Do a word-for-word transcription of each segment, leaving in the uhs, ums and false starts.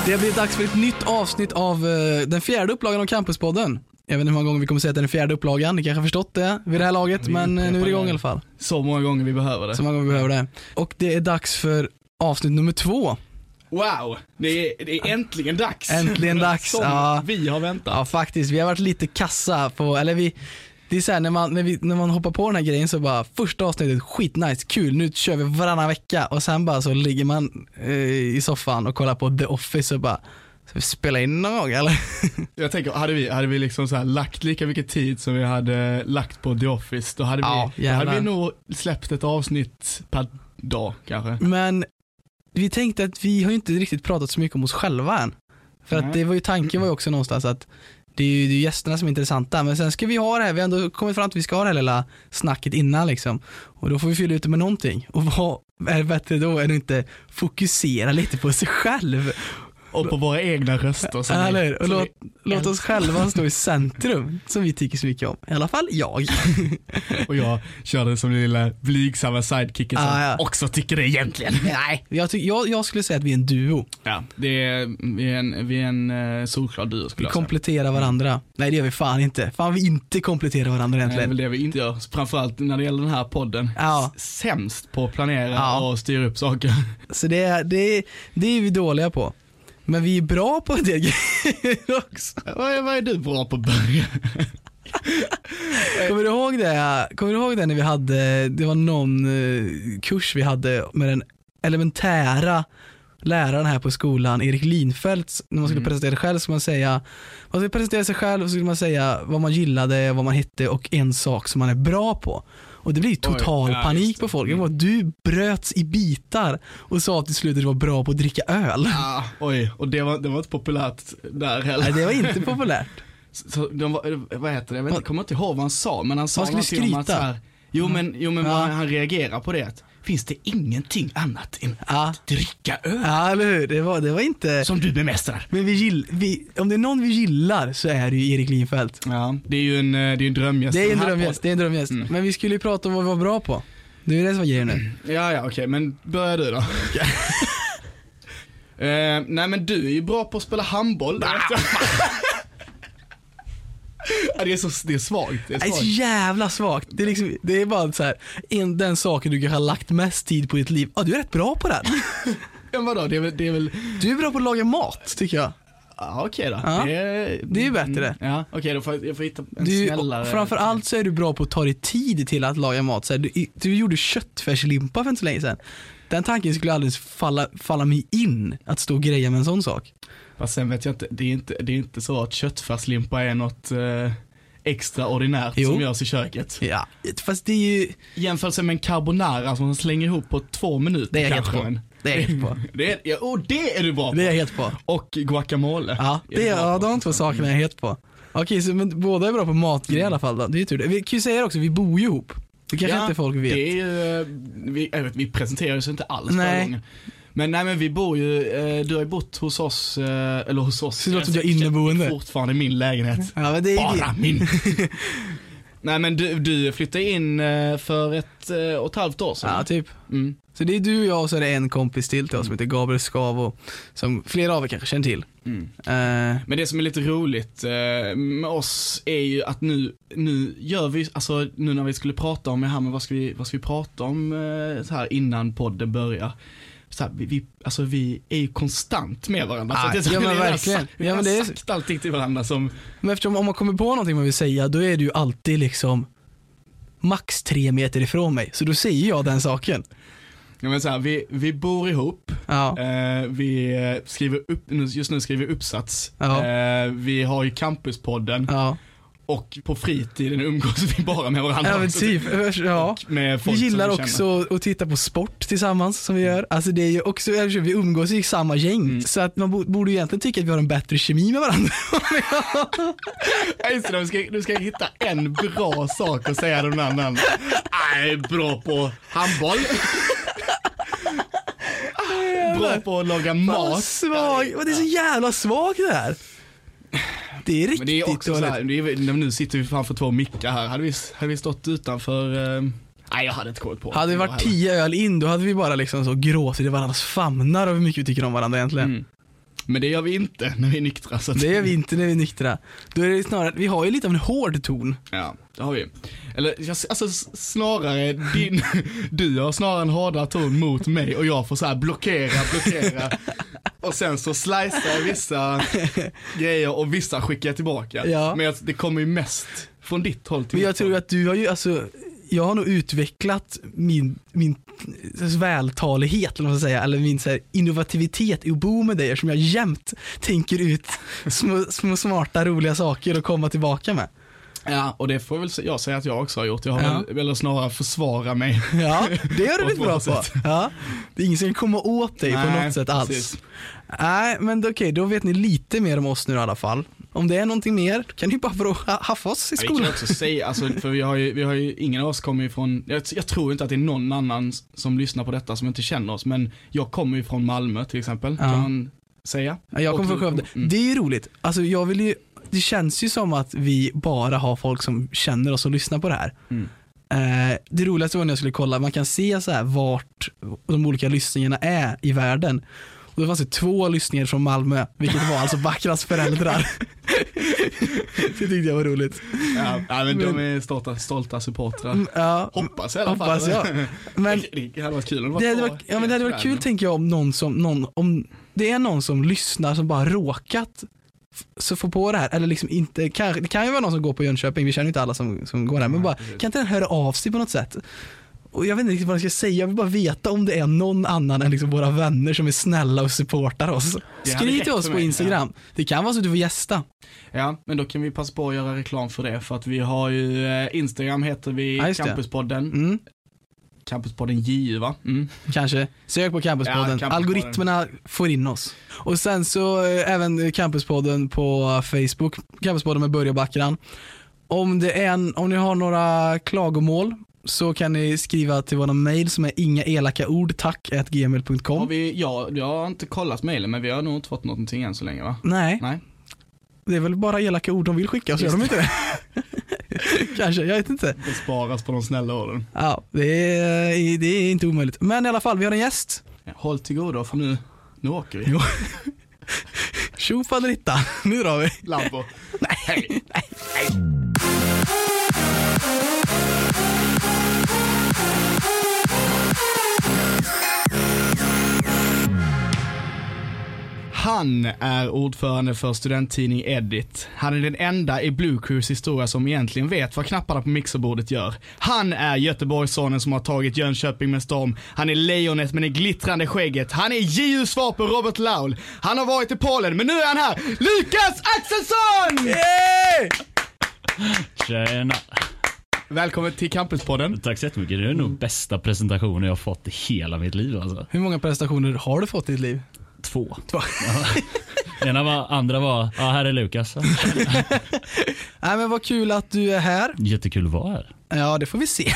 Det har blivit dags för ett nytt avsnitt av uh, den fjärde upplagan av Campuspodden. Jag vet inte hur många gånger vi kommer säga att det är den fjärde upplagan. Ni kanske har förstått det vid det här laget, men uh, nu är det igång i alla fall. Så många gånger vi behöver det. Så många gånger vi behöver det. Och det är dags för avsnitt nummer två. Wow, det är, det är äntligen dags. Äntligen dags, Som ja. vi har väntat. Ja, faktiskt. Vi har varit lite kassa på, eller vi... Det är så här, när man, när, vi, när man hoppar på den här grejen så bara, första avsnittet, skitnice, kul, nu kör vi varannan vecka. Och sen bara så ligger man eh, i soffan och kollar på The Office och bara, ska vi spela in någon gång eller? Jag tänker, hade vi, hade vi liksom så här lagt lika mycket tid som vi hade lagt på The Office, då hade, ja, vi, då hade vi nog släppt ett avsnitt per dag kanske. Men vi tänkte att vi har ju inte riktigt pratat så mycket om oss själva än. För Nej. att det var ju, tanken var ju också någonstans att det är ju det är gästerna som är intressanta. Men sen ska vi ha det här, vi har ändå kommit fram till att vi ska ha det här lilla snacket innan liksom. Och då får vi fylla ut det med någonting. Och vad är bättre då än att inte fokusera lite på sig själv. Och på våra egna röster. Som Eller, vi, och låt, låt oss själva stå i centrum, som vi tycker så mycket om. I alla fall jag. Och jag körde som den lilla blygsamma sidekicken som ah, ja. också tycker det egentligen. Nej, jag, ty- jag, jag skulle säga att vi är en duo. Ja, det är, vi är en, vi är en uh, solklar duo skulle vi jag säga. Vi kompletterar varandra. Mm. Nej, det gör vi fan inte. Fan, vi inte kompletterar varandra egentligen. Nej, det är väl det vi inte gör. Framförallt när det gäller den här podden. Ja. Sämst på att planera ja. och styra upp saker. Så det, det, det är vi dåliga på. Men vi är bra på det grejer också. Vad är, vad är du bra på att börja? Kommer du ihåg det? Kommer du ihåg det när vi hade, det var någon kurs vi hade med den elementära läraren här på skolan, Erik Linfeldt, när man skulle mm. presentera sig själv så man säga, man skulle presentera sig själv och så skulle man säga vad man gillade, vad man hette och en sak som man är bra på. Och det blir ju total Oj, panik ja, på folk. Mm. Var, du bröts i bitar och sa till slut att du var bra på att dricka öl. Ah, oj, och det var, det var inte populärt där heller. Nej, det var inte populärt. Så de var, vad heter det? Jag vet inte, kommer inte ihåg vad han sa, men han sa skulle skryta. Om att så här, jo men, jo, men ja. han, han reagerar på det. Finns det ingenting annat än ja. att dricka öl? Ja, eller hur? Det var, det var inte... Som du bemästrar. Men vi gill, vi, om det är någon vi gillar så är det ju Erik Linfeldt. Ja, det är ju en, det är en drömgäst. Det är en drömgäst, det är en drömgäst. Mm. Men vi skulle ju prata om vad vi var bra på. Det är det som var grejen nu. Ja, ja, okej, okay, men börja du då. uh, nej, men du är ju bra på att spela handboll. Ja, det är så det är svagt. Det är, det är så jävla svagt. Det är liksom, det är bara så här, en, den saken du kanske har lagt mest tid på ditt liv. Ja, du är rätt bra på det. Ja, vadå? Det är väl, det är väl... Du är bra på att laga mat, tycker jag. Ja, okej okay då. Ja, det, är, det är ju bättre. Ja, okej okay, då får jag, jag får hitta en du, snällare. Framförallt så är du bra på att ta dig tid till att laga mat. Så här, du, du gjorde köttfärslimpa för inte så länge sedan. Den tanken skulle aldrig falla, falla mig in att stå och greja med en sån sak. Fast sen vet jag inte, det är inte, det är inte så att köttfärslimpa är något eh, extraordinärt jo. som görs i köket. Ja, fast det är ju... Jämförelse med en carbonara som man slänger ihop på två minuter. Det är kanske, helt på. Det är helt på. Det är, ja, och det är du bra på. Det är helt på. Och guacamole. Ja, det är, är ja, de två sakerna är jag helt på. Okej, så men båda är bra på matgrejer mm. i alla fall då. Det är tur det. Vi kan ju säga också, vi bor ju ihop. Det kanske ja, inte folk vet. Det är ju, vi, jag vet, vi presenterar oss inte alls nej. gånger. Men nej, men vi bor ju, eh, du har ju bott hos oss, eh, eller hos oss. Så det låter som jag är inneboende. Fortfarande min lägenhet. Ja, men det är bara det. Min. Nej, men du, du flyttade in eh, för ett eh, och ett halvt år sedan. Ja, typ. Mm. Så det är du och jag och så är det en kompis till till oss som heter Gabriel Skavo, som flera av er kanske känner till. Mm. Uh, men det som är lite roligt uh, med oss är ju att nu, nu gör vi, alltså nu när vi skulle prata om det här med vad ska vi, vad ska vi prata om uh, så här innan podden börjar. Så här, vi, vi, alltså vi är ju konstant med varandra. Ah, så att det, ja, men vi verkligen. har sagt, vi ja, har men det är... sagt allting till varandra som... Men eftersom om man kommer på någonting man vill säga, då är du ju alltid liksom max tre meter ifrån mig. Så då säger jag den saken. Ja, men så här, vi, vi bor ihop. Ja. Eh, vi skriver upp, just nu skriver vi uppsats. Ja. Eh, vi har ju Campuspodden. Ja. Och på fritiden umgås vi bara med varandra. Ja, men typ, ja. Med folk vi gillar vi också att titta på sport tillsammans som vi gör. Alltså det är ju också, vi umgås i samma gäng. Mm. Så att man borde egentligen tycka att vi har en bättre kemi med varandra. Just det, du ska, du ska hitta en bra sak att säga till någon annan. Jag är bra på handboll. Bra på att laga mat. Svag. Det är så jävla svagt det här. Det är riktigt. Men det är också så här, det är, nu sitter vi framför två mickar här. Hade vi, hade vi stått utanför... Eh, nej, jag hade inte koll på. Hade vi varit tio öl in, då hade vi bara liksom så gråtit i varandras famnar och hur mycket vi tycker om varandra egentligen. Mm. Men det gör vi inte när vi är nyktra. Så att... Det gör vi inte när vi är nyktra. Då är det snarare, vi har ju lite av en hård ton. Ja, det har vi. Eller alltså snarare din, du har snarare en hårdare ton mot mig och jag får så här blockera, blockera. Och sen så slicear jag vissa grejer och vissa skickar jag tillbaka. Ja. Men det kommer ju mest från ditt håll till Men jag mitt tror håll. att du har ju, alltså, jag har nog utvecklat min, min vältalighet, eller vad man ska säga, eller min så här, innovativitet i att bo med dig, som jag jämt tänker ut små, små smarta, roliga saker och komma tillbaka med. Ja, och det får väl jag säga att jag också har gjort. Jag har Ja. väl, väl snarare försvara mig. Ja, det gör du På lite bra två på. sätt. Ja. Det är ingen som kan komma åt dig på Nej, något sätt alls. precis. Nej, men okej, okay, då vet ni lite mer om oss nu i alla fall. Om det är någonting mer, kan ni bara få haffa oss i Ja, vi skolan. kan också säga, alltså, för vi har, ju, vi har ju, ingen av oss kommer ifrån, jag, jag tror inte att det är någon annan som lyssnar på detta som inte känner oss, men jag kommer ju från Malmö till exempel, Ja. kan man säga. Ja, jag kommer Och- från Skövde. mm. Det är ju roligt. Alltså jag vill ju, det känns ju som att vi bara har folk som känner oss och lyssnar på det här. Mm. Eh, det roligaste var när jag skulle kolla, man kan se så här vart de olika lyssningarna är i världen. Och det fanns det två lyssningar från Malmö, vilket var alltså Backras föräldrar. Det tyckte jag var roligt. Ja, ja, men, de Men- är stolta, stolta supportrar. Mm, Ja, Hoppas i alla fall. hoppas jag. Men det, det hade varit kul om det hade var varit, ja, men det hade varit kul, tänker jag, om någon som, någon, om det är någon som lyssnar som bara råkat f- så få på det här, eller liksom inte, kanske, det kan ju vara någon som går på Jönköping, vi känner ju inte alla som, som går där, men Nej, bara, precis. kan inte den höra av sig på något sätt? Och jag vet inte riktigt vad jag ska säga, jag vill bara veta om det är någon annan än liksom våra vänner som är snälla och supportar oss. hade Skriv räckt till oss för på mig, Instagram. Det kan vara så att du får gästa. Ja, men då kan vi passa på att göra reklam för det, för att vi har ju eh, Instagram heter vi Ja, just det. Campuspodden. Mm, Campuspodden J U, va? Mm. kanske. Sök på Campuspodden. Ja, Campuspodden. Algoritmerna får in oss. Och sen så eh, även Campuspodden på Facebook. Campuspodden med Börje och Backran. Om det är en, om ni har några klagomål så kan ni skriva till våra mejl som är inga elaka ord tack at gmail punkt Har com. vi, ja, jag har inte kollat mejlen, men vi har nog inte fått någonting än så länge, va? Nej, Nej. det är väl bara elaka ord de vill skicka, så gör de inte det. Kanske, jag vet inte. Det sparas på de snälla orden. Ja, det är, det är inte omöjligt. Men i alla fall, vi har en gäst. Ja, håll till godo, för nu, nu åker vi. Jo. Tjo faderita, nu drar vi. Lambo. Nej, Hej. nej. Han är ordförande för studenttidning Edit. Han är den enda i Blue Cruise historia som egentligen vet vad knapparna på mixerbordet gör. Han är Göteborgssonen som har tagit Jönköping med storm. Han är lejonet med det glittrande skägget. Han är J U:s svar på Robert Laul. Han har varit i Polen, men nu är han här. Lukas Axelsson! Yay! Tjena. Välkommen till Campuspodden. Tack så jättemycket. Det är nog bästa presentationen jag har fått i hela mitt liv alltså. Hur många prestationer har du fått i ditt liv? Två. Två. Ena var, andra var, ja här är Lukas. Nej, men vad kul att du är här. Jättekul att vara här. Ja, det får vi se.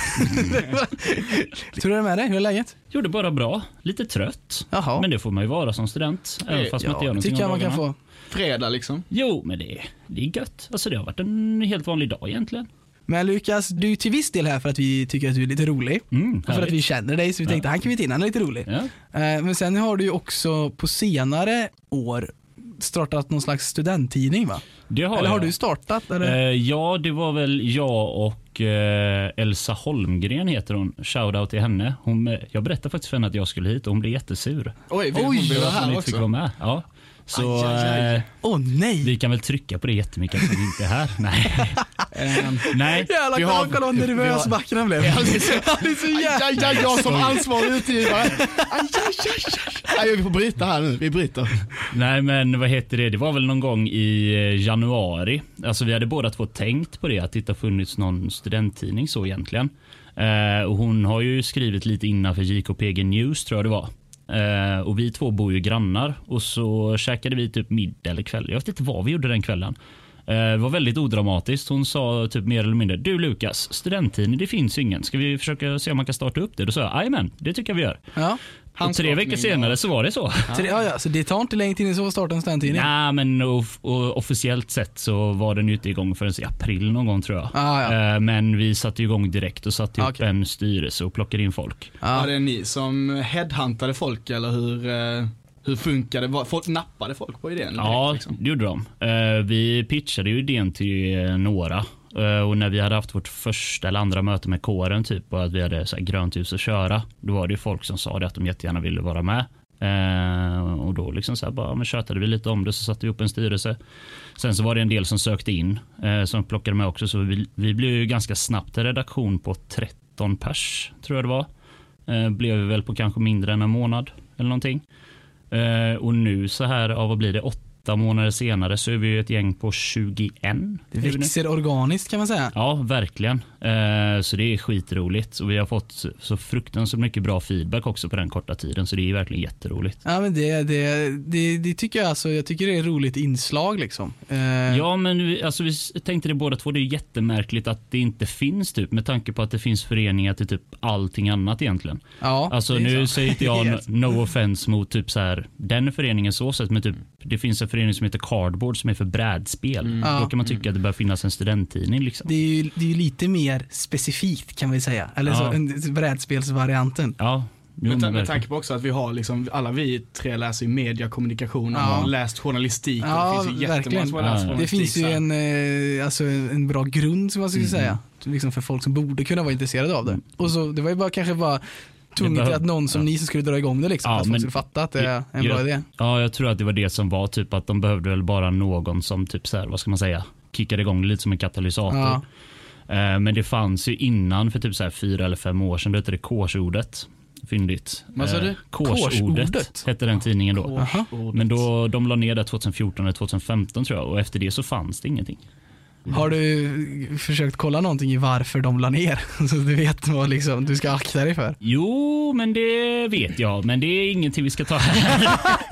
Hur är det med dig? Hur är läget? Gjorde bara bra. Lite trött. Jaha. Men det får man ju vara som student. Även fast man inte gör Ja, någonting tycker jag om man kan dagarna. få. Fredag liksom. Jo, men det, det är gött. Alltså det har varit en helt vanlig dag egentligen. Men Lukas, du är till viss del här för att vi tycker att du är lite rolig. Mm, Och för att vi känner dig, så vi tänkte, han kan vi till, han är lite rolig. Ja. Eh, Men sen har du ju också på senare år startat någon slags studenttidning, va? Det har Eller har jag. du startat? Eller? Eh, ja, det var väl jag och eh, Elsa Holmgren heter hon. Shoutout till henne. Hon, eh, jag berättade faktiskt för henne att jag skulle hit och hon blev jättesur. Oj, vi Oj, hon blir Att hon här inte fick vara också. med. Ja. Så Aj, aj, aj. eh, Åh nej! vi kan väl trycka på det jättemycket att hon inte är här. Nej. Ehm, Nej. Jävlar, vi kolla, har- kolla vad nervös vi har- Backran blev. Ja, det är så- Han är så Aj, jävla... aj, aj, jag som ansvarig utgivare. Aj, aj, aj, aj. Aj, vi får bryta här nu, vi bryter. Nej, men vad heter det? Det var väl någon gång i eh, januari. Alltså vi hade båda två tänkt på det, att det inte har funnits någon studenttidning så egentligen. Eh, och hon har ju skrivit lite innan för J K P G News tror jag det var. Eh, och vi två bor ju grannar och så käkade vi typ middag eller kväll. Jag vet inte vad vi gjorde den kvällen. Eh, det var väldigt odramatiskt. Hon sa typ mer eller mindre: du Lukas, studenttidning, det finns ju ingen. Ska vi försöka se om man kan starta upp det? Då sa jag, jajamän, det tycker jag vi gör. Ja. Och tre veckor senare så var det så. Så det, ja, ja, så det tar inte länge till så att starta en studenttidning? Nej, men off- och officiellt sett så var den ju inte igång förrän i april någon gång tror jag. Ah, ja. Eh, Men vi satte igång direkt och satte Ah, upp okej. en styrelse och plockade in folk. Var Ja. det ni som headhuntade folk eller hur? eh? Hur funkade det? Folk, nappade folk på idén? Ja, direkt, liksom? det gjorde de. Uh, vi pitchade ju idén till uh, några. Uh, och när vi hade haft vårt första eller andra möte med kåren typ, och att vi hade så här, grönt ljus att köra, då var det ju folk som sa det att de jättegärna ville vara med. Uh, och då liksom så här, bara, men tjötade vi lite om det, så satte vi upp en styrelse. Sen så var det en del som sökte in, uh, som plockade med också, så vi, vi blev ju ganska snabbt en redaktion på tretton pers, tror jag det var. Uh, blev vi väl på kanske mindre än en månad eller någonting. Uh, och nu så här, av vad blir det, åtta månader senare, så är vi ett gäng på tjugoen. Det växer organiskt kan man säga. Ja, verkligen. Uh, så det är skitroligt. Och vi har fått så fruktansvärt mycket bra feedback också på den korta tiden, så det är verkligen jätteroligt. Ja, men det, det, det, det tycker jag alltså, jag tycker det är ett roligt inslag liksom. Uh... Ja, men vi, alltså, vi tänkte det båda två, det är jättemärkligt att det inte finns typ, med tanke på att det finns föreningar till typ allting annat egentligen. Ja, alltså nu säger inte jag no, no offense mot typ så här den föreningen så sett, men typ det finns en förening som heter Cardboard som är för brädspel. Mm. Då kan man tycka att det bör finnas en studenttidning liksom. Det är ju, det är ju lite mer specifikt kan vi säga. Eller ja. så, en brädspelsvarianten. Ja. Jo, med, ta- med tanke på också att vi har liksom, alla vi tre läser ju media, kommunikation och ja. har läst journalistik. Ja, och det finns ju jättemånga som har läst ja. Det finns ju en, eh, alltså en, en bra grund som man skulle mm. säga. Liksom för folk som borde kunna vara intresserade av det. Och så, det var ju bara kanske bara tvunget till att någon som ja. ni som skulle dra igång det liksom, ja, att folk skulle fatta att det är en jag, bra idé. Ja, jag tror att det var det som var typ att de behövde väl bara någon som typ så här, vad ska man säga, kickade igång det lite som en katalysator. Ja. Uh, men det fanns ju innan för typ så här fyra eller fem år sedan, det hette det korsordet. Fyndigt. Vad sa du? Korsordet, korsordet hette den tidningen då. Korsordet. Men då de la ner det tjugohundrafjorton eller tjugohundrafemton tror jag, och efter det så fanns det ingenting. Har du försökt kolla någonting i varför de la ner? Så du vet vad liksom, du ska akta dig för. Jo, men det vet jag. Men det är ingenting vi ska ta här.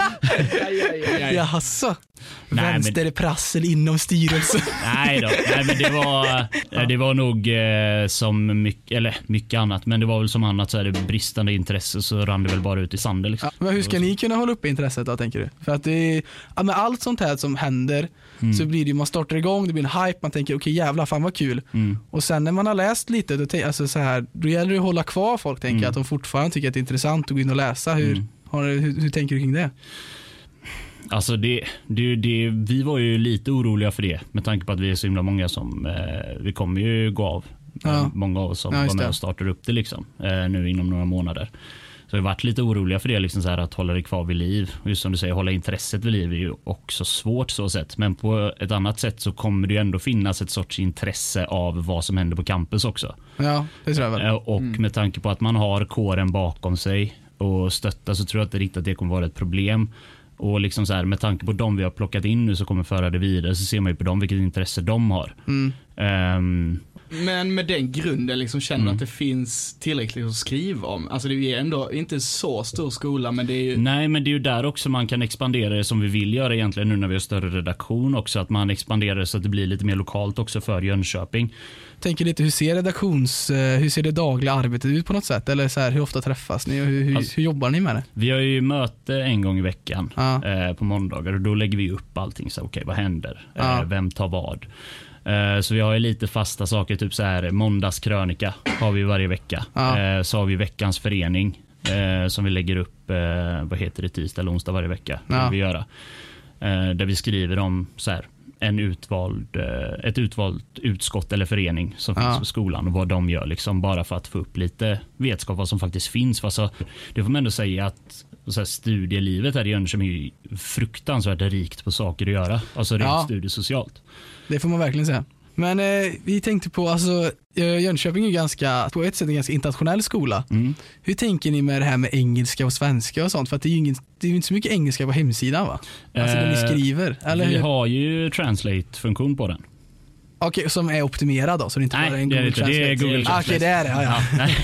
Jaså? Nej, Vänsterprassel men... inom styrelsen. Nej då, nej, men det var, det var nog eh, som mycket, eller mycket annat. Men det var väl som annat så är det bristande intresse, så rann det väl bara ut i sanden. Liksom. Ja, men hur ska ni kunna hålla uppe intresset då, tänker du? För att det är, ja, med allt sånt här som händer mm. så blir det ju, man startar igång, det blir en hype, man tänker okej okay, jävlar fan vad kul. Mm. Och sen när man har läst lite, då, t- alltså, så här, då gäller det att hålla kvar folk, tänker mm. att de fortfarande tycker att det är intressant att gå in och läsa. Hur, mm. har, hur, hur tänker du kring det? Alltså det, det, det, vi var ju lite oroliga för det, med tanke på att vi är så himla många som eh, vi kommer ju gå av. Ja. Många av oss som ja, var med och startade upp det liksom, eh, nu inom några månader. Så vi har varit lite oroliga för det, liksom så här, att hålla det kvar vid liv. Och just som du säger, hålla intresset vid liv är ju också svårt så sätt. Men på ett annat sätt så kommer det ju ändå finnas ett sorts intresse av vad som händer på campus också. Ja, det tror jag väl. Och mm. med tanke på att man har kåren bakom sig och stötta, så tror jag att det riktigt att det kommer vara ett problem. Och liksom så här, med tanke på dem vi har plockat in nu så kommer föra det vidare, så ser man ju på dem vilket intresse de har. Mm. Um, Men med den grunden liksom känner mm. att det finns tillräckligt att skriva om. Alltså det är ändå inte så stor skola, men det är ju... Nej, men det är ju där också man kan expandera det som vi vill göra egentligen nu när vi har större redaktion också. Att man expanderar så att det blir lite mer lokalt också för Jönköping. Tänker lite, hur ser redaktions, hur ser det dagliga arbetet ut på något sätt? Eller så här, hur ofta träffas ni och hur, hur, alltså, hur jobbar ni med det? Vi har ju möte en gång i veckan ja. eh, på måndagar, och då lägger vi upp allting. Så okej, okay, vad händer? Ja. Eh, vem tar vad? Eh, så vi har ju lite fasta saker, typ så här måndagskrönika har vi varje vecka. Ja. Eh, så har vi veckans förening eh, som vi lägger upp, eh, vad heter det, tisdag eller onsdag varje vecka. Ja. Vi göra. Eh, där vi skriver om så här, en utvald, ett utvalt utskott eller förening som finns ja. på skolan och vad de gör, liksom, bara för att få upp lite vetskap vad som faktiskt finns. Alltså, det får man ändå säga att så här, studielivet här i Jönköping är ju fruktansvärt rikt på saker att göra. Alltså rent ja. studiesocialt. Det får man verkligen säga. Men eh, vi tänkte på, alltså Jönköping är ju ganska, på ett sätt en ganska internationell skola. Mm. Hur tänker ni med det här med engelska och svenska och sånt? För att det är ju ingen, det är inte så mycket engelska på hemsidan, va? Alltså eh, det ni skriver. Eller vi hur? har ju translate-funktion på den. Okej, okay, som är optimerad då, så det inte Nej, bara är en Google det Translate. Det är Google Translate. Okej, okay, det är det. Ja, ja.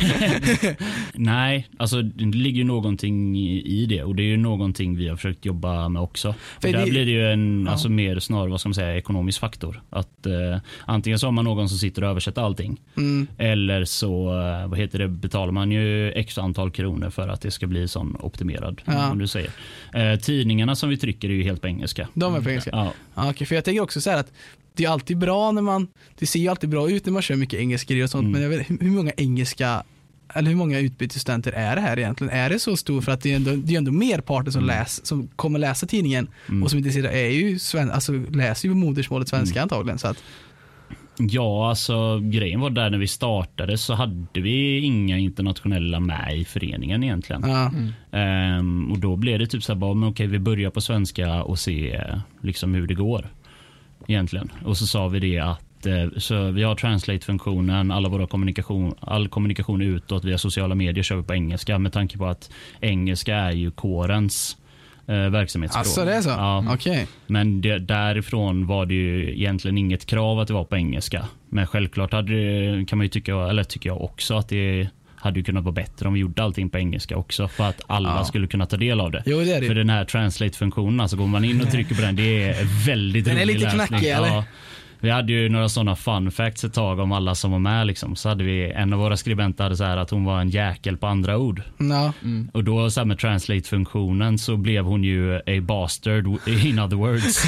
nej. nej, alltså det ligger ju någonting i det, och det är ju någonting vi har försökt jobba med också. För där det, blir det ju en ja. alltså mer snarare, vad ska man säga, ekonomisk faktor. Att eh, antingen så har man någon som sitter och översätter allting, mm. eller så eh, vad heter det, betalar man ju extra antal kronor för att det ska bli sån optimerad, ja. som du säger. Eh, tidningarna som vi trycker är ju helt på engelska. De är på engelska? Ja. Ja, okej, okay, för jag tänker också så här att det är alltid bra när man, det ser ju alltid bra ut när man kör mycket engelska och sånt, mm. men jag vet, hur många engelska eller hur många utbytesstudenter är det här egentligen? Är det så stor? För att det är ändå, det är ändå merparten som, Mm. läs, som kommer läsa tidningen Mm. och som inte sitter är ju sven, alltså läser ju modersmålet svenska Mm. antagligen. Så att, Ja, alltså grejen var där när vi startade så hade vi inga internationella med i föreningen egentligen. ja. Ehm, och då blev det typ så här bara, men okej, vi börjar på svenska och se eh, liksom hur det går egentligen. Och så sa vi det att eh, så vi har translate-funktionen, alla våra kommunikation, all kommunikation utåt via sociala medier kör vi på engelska med tanke på att engelska är ju kårens eh, verksamhetsspråk. Alltså det är så? Ja. Okej. Men det, därifrån var det ju egentligen inget krav att det var på engelska. Men självklart hade det, kan man ju tycka, eller tycker jag också, att det hade ju kunnat vara bättre om vi gjorde allting på engelska också för att alla Ja. skulle kunna ta del av det. Jo, det är det. För den här translate-funktionen, alltså går man in och trycker på den, det är väldigt Den är rolig lite läsning. knackig, eller? Ja. Vi hade ju några sådana fun facts ett tag om alla som var med liksom. Så hade vi, en av våra skribenter hade så här att hon var en jäkel på andra ord. Ja. Och då så här med translate-funktionen så blev hon ju a bastard in other words.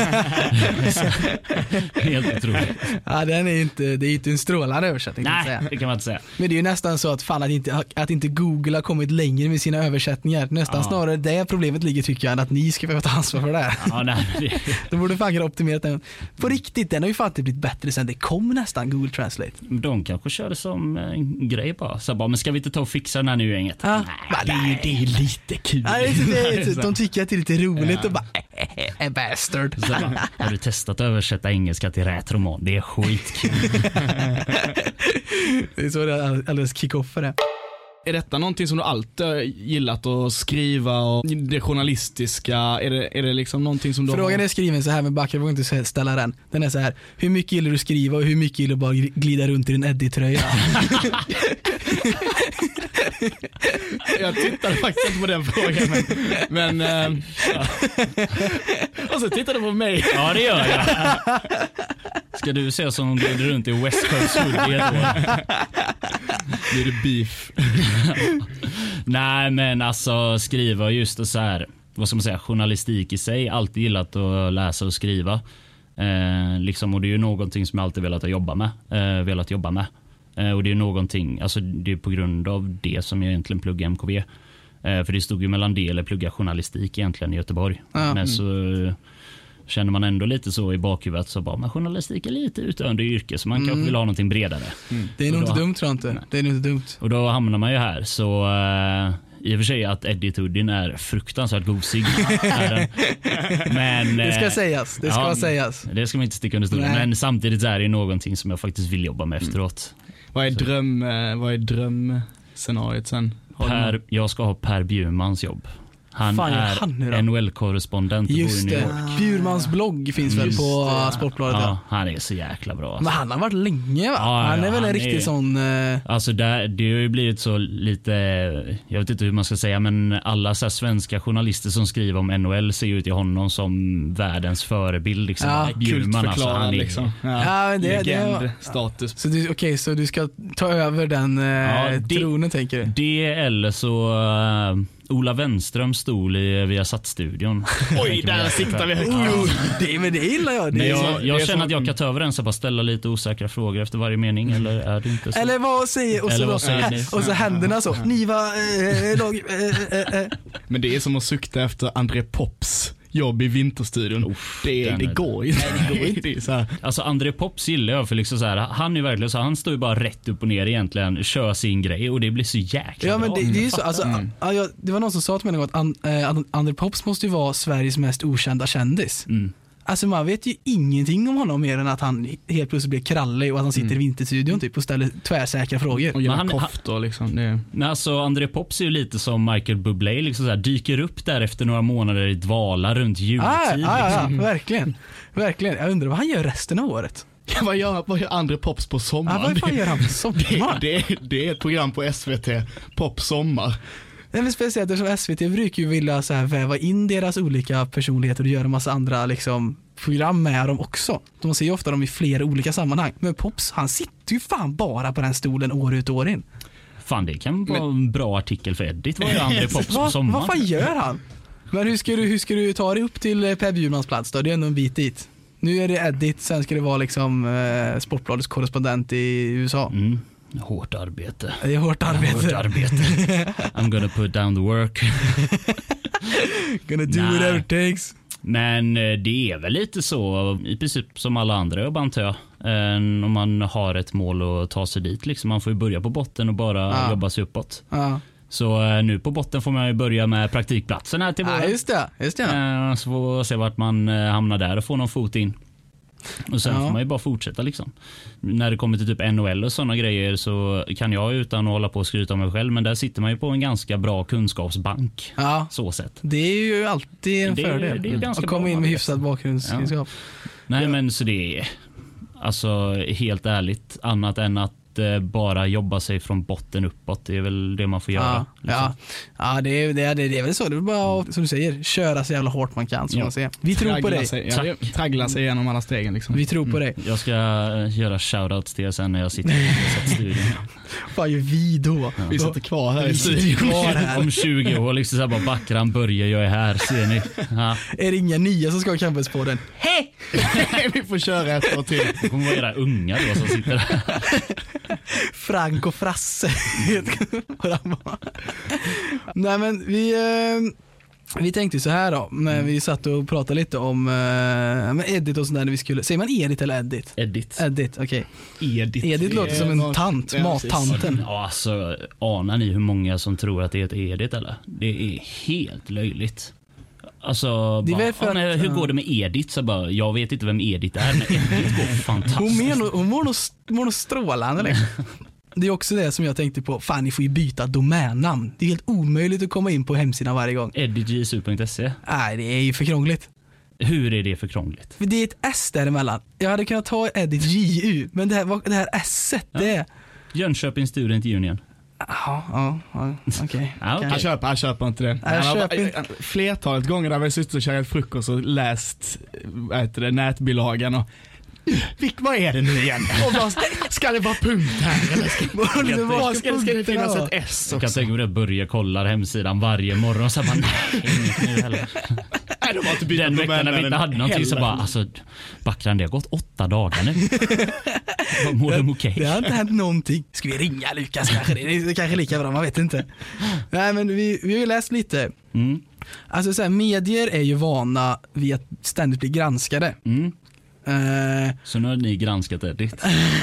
Helt otroligt. Ja, den är ju inte, det är ju inte en strålande översättning kan man Nej, säga. det kan man inte säga. Men det är ju nästan så att fan att inte, att inte Google har kommit längre med sina översättningar. Nästan Ja. snarare det problemet ligger tycker jag än att ni ska behöva ta ansvar för det här. Ja, nej, det, De borde fan kunna optimera den. På riktigt, den har ju fan inte blivit bättre sen det kom nästan Google Translate. de kanske körde som en grej bara. Så bara, men ska vi inte ta och fixa den här nu gänget? Ja. Nej, det är ju det är ju lite kul. Ja, det är, det är, de tycker att det är lite roligt Ja. och bara eh, bastard. Så bara, har du testat att översätta engelska till rät roman? Det är skitkul. Det är så det är alldeles kick-off för det. Är detta någonting som du alltid har gillat att skriva och det journalistiska? Är det, är det liksom någonting som du Frågan har... är skriven så här, men Backar vågar inte ställa den. Den är så här: hur mycket gillar du skriva och hur mycket gillar du bara glida runt i din Eddie-tröja? Jag tittade faktiskt inte på den frågan, men... men äh, ja. Och så tittade du på mig. Ja, det gör jag. Ska du se som hon glider runt i West Coast Hood i ett år? Nu är det beef. Nej, men alltså skriva just och så här, vad ska man säga, journalistik i sig, alltid gillat att läsa och skriva. Eh, liksom, och det är ju någonting som jag alltid velat jobba med. Eh, velat jobba med. Eh, och det är någonting, alltså det är på grund av det som jag egentligen pluggar M K V. Eh, för det stod ju mellan det eller plugga journalistik egentligen i Göteborg. Ja. Men så känner man ändå lite så i bakhuvudet så bara, men journalistik är lite utdöende yrke så man Mm. kanske vill ha någonting bredare. Mm. Det är nog Och då- inte dumt tror jag inte. Nej. Det är nog inte dumt. Och då hamnar man ju här så uh, i och för sig att Eddie Tuddin är fruktansvärt gosig. är den. Men Det ska eh, sägas. Det ska ja, sägas. det ska man inte sticka under stolen. Nej. Men samtidigt så är det ju någonting som jag faktiskt vill jobba med efteråt. Vad är dröm, eh, vad är drömscenariot sen? Har du någon- Per, jag ska ha Per Bjurmans jobb. Han Fan, gör är han nu då? N H L-korrespondent och bor i Just New det. York. Bjurmans blogg finns väl Just på det. Sportbladet. Ja, Ja. han är så jäkla bra. Alltså. Men han har varit länge va? Ja, han är ja, väl en han riktig är- sån... eh, Alltså där, det har ju blivit så lite, jag vet inte hur man ska säga, men alla så här svenska journalister som skriver om N H L ser ju ut i honom som världens förebild. Liksom. Ja, Bjurman, alltså, Kultförklarad han är, liksom. Ja, Ja, men det- det legend, var- status. Så du, okej, så du ska ta över den eh, Ja, det- tronen tänker du? Det eller så uh, Ola Wenströms stol i Viasat-studion. Oj, där siktar vi högt. Oh, det, men det gillar jag. Det Men är jag, så, jag det är känner som- att jag kan ta över den så bara ställa lite osäkra frågor efter varje mening, eller är det inte så? eller vad säger och så, Eller vad då, säger ni? och så händerna så. Niva, eh, lag, eh, eh, eh. Men det är som att sukta efter André Pops jobb i Vinterstudion. det, den det är- går ju inte. Det går inte. Det är så här. Alltså André Pops gillar jag för liksom så här, han är ju verkligen så, han står ju bara rätt upp och ner egentligen, kör sin grej och det blir så jäkla Ja men bra. det, det är ju så, alltså, ja, jag, det var någon som sa till mig en gång att An, eh, André Pops måste ju vara Sveriges mest okända kändis. Mm. Alltså man vet ju ingenting om honom mer än att han helt plötsligt blir krallig och att han sitter i Vinterstudion typ och ställer tvärsäkra frågor. Och gillar Men han- koftor liksom. Det. Men alltså André Pops är ju lite som Michael Bublé, liksom så här, dyker upp där efter några månader i dvala runt jultid. Ah, ja, ja, liksom. ja, verkligen. Verkligen. Jag undrar vad han gör resten av året. Vad gör, vad gör André Pops på Ah, sommaren? vad fan gör han på sommaren? det, det, det är ett program på S V T, Pop sommar. Det är väl speciellt eftersom S V T brukar ju vilja så här väva in deras olika personligheter och göra en massa andra liksom, program med dem också. De ser ju ofta dem i flera olika sammanhang. Men Pops, han sitter ju fan bara på den stolen år ut och år in. Fan, det kan vara en bra artikel för Edit. Vad gör André Pops på Vad, sommaren? vad fan gör han? Men hur ska du, hur ska du ta dig upp till eh, Per Bjurmans plats då? Det är ändå en bit dit. Nu är det Edit, sen ska det vara liksom eh, Sportbladets korrespondent i U S A. Mm. Hårt arbete. Det är hårt arbete. Hårt arbete. I'm gonna put down the work. Gonna do Nej. whatever it takes. Men det är väl lite så i princip som alla andra jobb, antar jag. Eh, om man har ett mål att ta sig dit. Liksom. Man får ju börja på botten och bara Ja. jobba sig uppåt. Ja, Så eh, nu på botten får man ju börja med praktikplatsen här till våren. ja just det. Just det. Eh, så får vi se vart man eh, hamnar där och får någon fot in. Och sen Ja. får man ju bara fortsätta liksom. När det kommer till typ N H L och sådana grejer så kan jag utan att hålla på och skryta om mig själv, men där sitter man ju på en ganska bra kunskapsbank. Ja, Så sett. det är ju alltid en Det är- fördel. det är ganska att komma bra, in man med vet. hyfsad bakgrundskunskap. Nej Ja. men så det är alltså helt ärligt annat än att eh, bara jobba sig från botten uppåt. Det är väl det man får göra. Ja, liksom. ja. ja det, är, det, är, det är väl så. Det är bara att, som du säger, köra så jävla hårt man kan. Så Ja. man ser. Vi tror på Traggla dig. sig, ja, det- traggla sig igenom alla stegen liksom. Vi tror på dig. Jag ska eh, göra shoutouts till er sen när jag sitter i studion. Vad gör vi då? Vi sitter kvar här i Vi sitter ju studion. kvar här. Om tjugo år liksom så här bara Backran börjar, jag är här, ser ni. Ja. Är det inga nya som ska ha campuspodden? Hej! Vi får köra ett år till. Det kommer vara era unga då som sitter där. Frank och Frasse. Nej men vi, eh, vi tänkte så här då, när vi satt och pratade lite om eh, med edit och sådär när vi skulle, säger man edit eller edit? Edit. Edit, okej. Edit. Edit låter som en tant, Ja, precis. mattanten. Ja, alltså, anar ni hur många som tror att det är ett edit eller? Det är helt löjligt. Alltså, Det är bara, väl för ja, men att- hur går det med Edith? Så bara, jag vet inte vem Edith är, men Edith går fantastiskt. Hon, men, hon mår nog, mår nog strålande liksom. Det är också det som jag tänkte på, fan ni får ju byta domännamn. Det är helt omöjligt att komma in på hemsidan varje gång. editjsu punkt se. Nej, det är ju för krångligt. Hur är det för krångligt? För det är ett S däremellan. Jag hade kunnat ta edit J U, men det här, vad- det här S-et, det är... Jönköping Student Union. Ja, ja, ja okej. Ja, okej. Han köper, han köper inte det. jag Han har- köper inte. Flertalet gånger har vi suttit och käkat frukost och läst vad heter det, nätbilagan och Vilk, vad är det nu igen? Och vad, ska det vara punkt här? Eller ska, det vara vad ska, ska det finnas punkterna? ett S Jag kan också? tänka mig att börja kolla hemsidan varje morgon och så bara, nej, inget nu heller. Nej, de har inte bytt Den veckan när vi inte hade någonting så heller. bara, alltså, Backran, det har gått åtta dagar nu. Mår de okej? Det har inte hänt någonting. Ska vi ringa Lukas kanske? Det är kanske lika bra, man vet inte. Nej men vi, vi har ju läst lite. Mm. Alltså så här, medier är ju vana vid att ständigt bli granskade. Mm. Eh, Så nu har ni granskat Edit.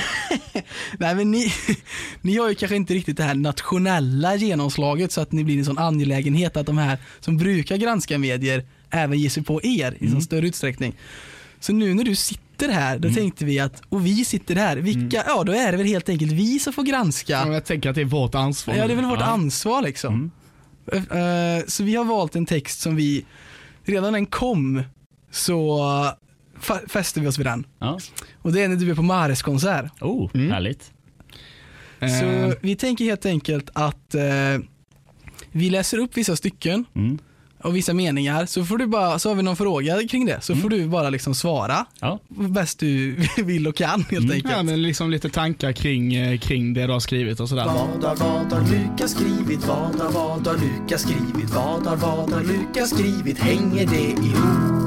nej men ni, ni har ju kanske inte riktigt det här nationella genomslaget så att ni blir en sån angelägenhet att de här som brukar granska medier även ger sig på er i sån större utsträckning. Så nu när du sitter här, då tänkte vi att, och vi sitter här, vilka, ja då är det väl helt enkelt vi som får granska. Ja, jag tänker att det är vårt ansvar. Ja, det är väl vårt Ja. ansvar liksom. Mm. Eh, så vi har valt en text som vi, redan när den kom så fa- fäste vi oss vid den. Ja. Och det är när du är på Mares konsert. Oh, Mm. härligt. Eh, Så vi tänker helt enkelt att eh, vi läser upp vissa stycken Mm. och vissa meningar, så får du bara, så har vi någon fråga kring det, så får du bara liksom svara Ja. bäst du vill och kan helt enkelt. ja, men liksom lite tankar kring, eh, kring det du har skrivit och sådär. Vad har, vad har Lukas skrivit? Vad har, vad har Lukas skrivit? Vad har, vad har Lukas skrivit? Hänger det ihop?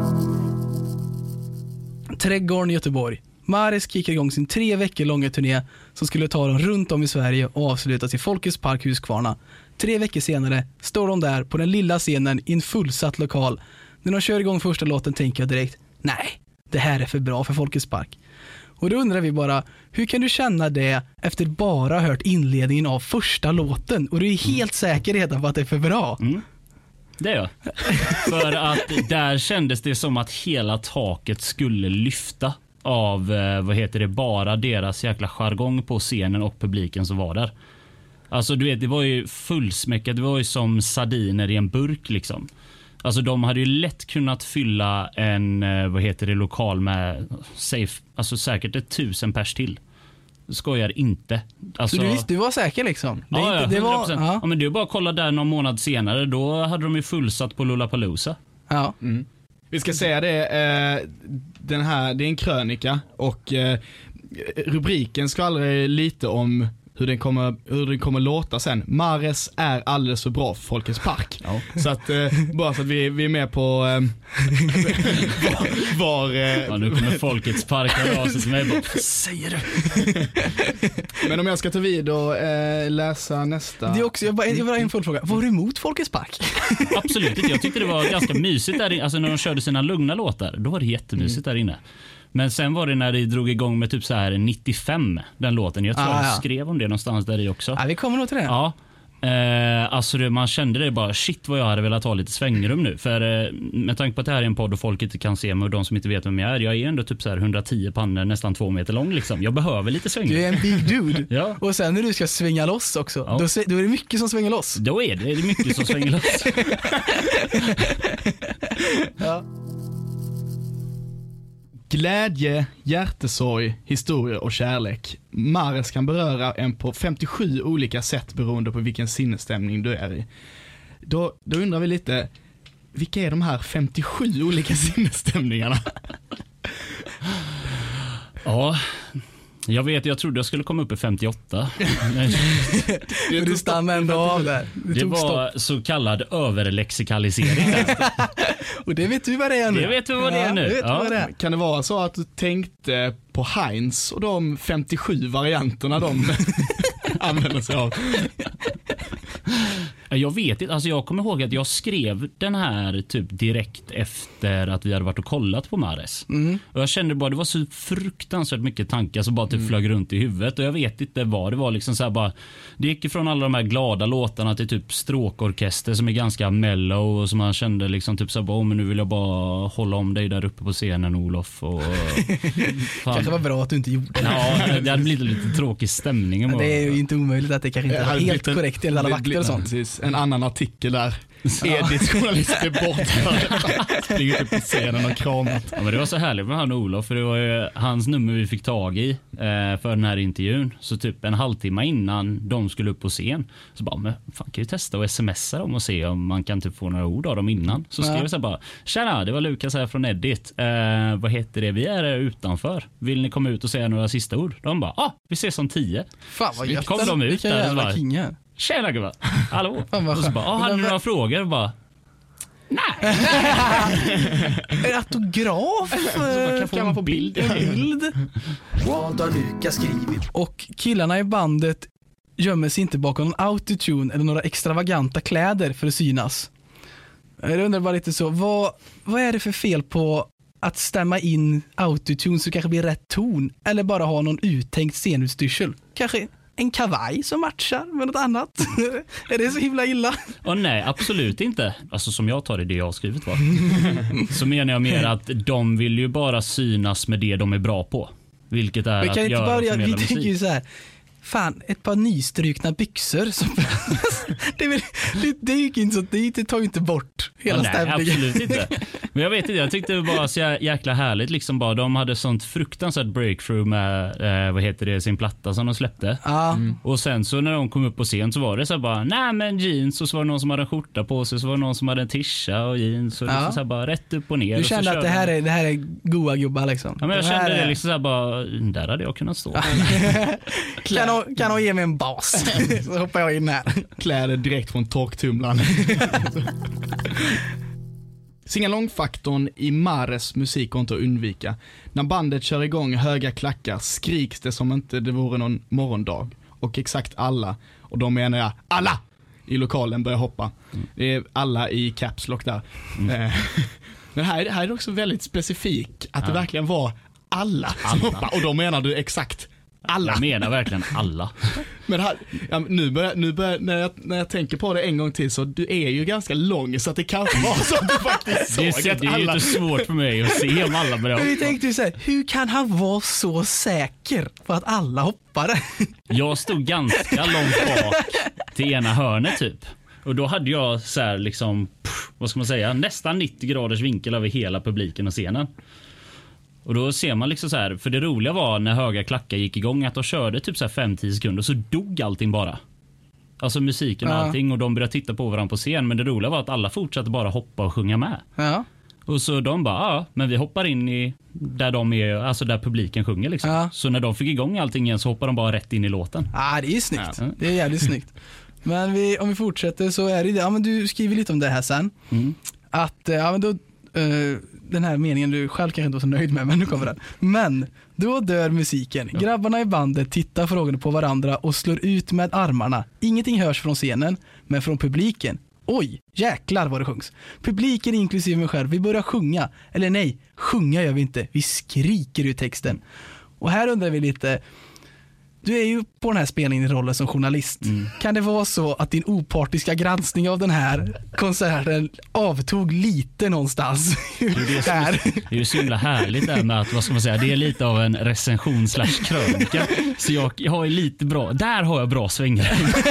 Trädgården i Göteborg. Mares kickar igång sin tre veckor långa turné som skulle ta dem runt om i Sverige och avslutas i Folkets Park Huskvarna. Tre veckor senare står de där på den lilla scenen i en fullsatt lokal. När de kör igång första låten tänker jag direkt, nej, det här är för bra för Folkets Park. Och då undrar vi bara, hur kan du känna det efter bara hört inledningen av första låten och du är helt säker redan på att det är för bra? Mm. Det är jag. För att där kändes det som att hela taket skulle lyfta av, eh, vad heter det, bara deras jäkla jargong på scenen och publiken som var där. Alltså du vet, det var ju fullsmäckat, det var ju som sardiner i en burk liksom. Alltså de hade ju lätt kunnat fylla en, eh, vad heter det, lokal med safe, alltså säkert ett tusen pers till. Skojar inte. Alltså, Så du, visst, du var säker liksom? Det, är ja, inte, ja, det var, hundra procent. ja, Ja, men det är bara att kolla där någon månad senare, då hade de ju fullsatt på Lollapalooza. ja. Vi ska säga det, eh, den här, det är en krönika och eh, rubriken skvallrar lite om hur den kommer, hur den kommer låta sen. Mares är alldeles för bra för Folkets park. Ja. Så att, eh, bara så att vi, vi är med på eh, var... var eh, ja, nu kommer Folkets park här av sig till mig. Bara, vad säger du? Men om jag ska ta vid och eh, läsa nästa. Det är också, jag bara, jag bara har en följdfråga. Var du emot Folkets park? Absolut inte. Jag tyckte det var ganska mysigt där inne. Alltså när de körde sina lugna låtar, då var det jättemysigt mm. där inne. Men sen var det när det drog igång med typ så här nittiofem, den låten. Jag tror ah, jag ja. skrev om det någonstans där i också. Ja, vi kommer nog till det. Ja. Eh, alltså det, man kände det bara, shit vad jag hade velat ha lite svängrum nu. För eh, med tanke på att det här är en podd och folk inte kan se mig och de som inte vet vem jag är, jag är ändå typ så här hundratio pannor, nästan två meter lång liksom. Jag behöver lite svängrum. Du är en big dude. Ja. Och sen när du ska svänga loss också, ja. då, då är det mycket som svänger loss. Då är det, det är mycket som svänger loss. Ja. Glädje, hjärtesorg, historier och kärlek. Mares kan beröra en på femtiosju olika sätt beroende på vilken sinnesstämning du är i. Då, då undrar vi lite, vilka är de här femtiosju olika sinnesstämningarna? Ja, jag vet, jag trodde jag skulle komma upp i femtioåtta. Men du stannade ändå av där. Du det var stopp. Så kallad överlexikalisering. Och det vet du vad det är nu. Det vet du vad det är nu. Ja, det vet ja. vad det är. Kan det vara så att du tänkte på Heinz och de femtiosju varianterna de använder sig av? Jag vet inte, alltså jag kommer ihåg att jag skrev den här typ direkt efter att vi hade varit och kollat på Mares. Mm. Och jag kände bara, det var så fruktansvärt mycket tankar som bara typ mm. flög runt i huvudet. Och jag vet inte vad det var liksom så här bara, det gick ifrån alla de här glada låtarna till typ stråkorkester som är ganska mellow och som man kände liksom typ så här bara, oh, men nu vill jag bara hålla om dig där uppe på scenen, Olof. Och kanske var bra att du inte gjorde det. Ja, det hade blivit lite tråkig stämning. Ja, det är ju inte omöjligt att det kanske inte var helt korrekt i alla vakter och sånt. Precis. En annan artikel där. Edith journalist är borta. Springer upp på scenen och kramat. Ja, men det var så härligt med han och Olof, för det var ju hans nummer vi fick tag i eh, för den här intervjun. Så typ en halvtimme innan de skulle upp på scen så bara, men fan, kan ju testa och smsa dem och se om man kan typ få några ord av dem innan. Så skrev jag så här bara, tjena, det var Lukas här från Edith. Eh, vad heter det? Vi är utanför. Vill ni komma ut och säga några sista ord? De bara, ah, vi ses om tio. Fan vad gött. Kom de ut där och bara, kingar. tjena gubbar, hallå. Fan vad och så bara, ah, hade du några frågor? Och bara, nej. Är det autograf? Så man kan få kan man få bild? bild? Vad har Lukas skrivit? Och killarna i bandet gömmer sig inte bakom någon autotune eller några extravaganta kläder för att synas. Jag undrar bara lite så, vad, vad är det för fel på att stämma in autotune så det kanske blir rätt ton, eller bara ha någon uttänkt scenutstyrsel? Kanske en kavaj som matchar med något annat. Är det så himla illa? Och nej, absolut inte. Alltså som jag tar det, det jag har skrivit var. Så menar jag mer att de vill ju bara synas med det de är bra på. Vilket är vi kan att inte göra börja, vi musik. tänker ju så här, fan, ett par nystrukna byxor som det, är väl, det, det gick inte så, det tar ju inte bort hela ja, stämningen. Nej, absolut inte. Men jag vet inte, jag tyckte det var så jäkla härligt liksom bara, de hade sånt fruktansvärt breakthrough med eh, vad heter det, sin platta som de släppte. Ja. Mm. Och sen så när de kom upp på scen så var det så här bara, nej men jeans, och så var det någon som hade en skjorta på sig, så var det någon som hade en tisha och jeans och ja. liksom så här bara rätt upp och ner. Du och kände att det här, är, det här är goa gubbar liksom. Ja, men jag det kände är... det liksom så här bara, där hade jag kunnat stå. kan, hon, kan hon ge mig en bas? Så hoppar jag in här. Kläder direkt från torktumlaren. Singalongfaktorn i Mares musik går inte att undvika. När bandet kör igång höga klackar skriks det som inte det vore någon morgondag. Och exakt alla, och då menar jag alla i lokalen börjar hoppa. Mm. Det är alla i caps lock där. Mm. Men här, här är det också väldigt specifikt att ja. det verkligen var alla som alla. hoppar. Och då menar du exakt alla. Jag menar verkligen alla. Men här, ja, nu, börjar, nu börjar, när, jag, när jag tänker på det en gång till, så du är ju ganska lång, så att det kanske var så att du faktiskt såg det är, att det är alla... ju inte svårt för mig att se om alla börjar hoppa. Jag tänkte ju så här, hur kan han vara så säker på att alla hoppade? Jag stod ganska långt bak till ena hörnet typ. Och då hade jag så här liksom, pff, vad ska man säga, nästan nittio graders vinkel över hela publiken och scenen. Och då ser man liksom så här, för det roliga var när höga klackar gick igång att de körde typ så här fem till tio sekunder, så dog allting bara. Alltså musiken och ja. allting, och de började titta på varandra på scen, men det roliga var att alla fortsatte bara hoppa och sjunga med. Ja. Och så de bara, ja, men vi hoppar in i där de är, alltså där publiken sjunger liksom. Ja. Så när de fick igång allting igen så hoppar de bara rätt in i låten. Ja, ah, det är ju snyggt. Ja. Det är jävligt snyggt. Men vi, om vi fortsätter så är det det. Ja, men du skriver lite om det här sen. Mm. Att, ja men då, uh, den här meningen du själv kanske inte var så nöjd med, men nu kommer den. Men, då dör musiken. Ja. Grabbarna i bandet tittar frågande på varandra och slår ut med armarna. Ingenting hörs från scenen, men från publiken. Oj, jäklar vad det sjungs. Publiken inklusive mig själv, vi börjar sjunga. Eller nej, sjunga gör vi inte. Vi skriker ut texten. Och här undrar vi lite, du är ju på den här spelningen i rollen som journalist. Mm. Kan det vara så att din opartiska granskning av den här konserten avtog lite någonstans? Det är, så, här. Det är ju så himla härligt där med att, vad ska man säga, det är lite av en recension slash krönika. Så jag, jag har ju lite bra, där har jag bra svängar.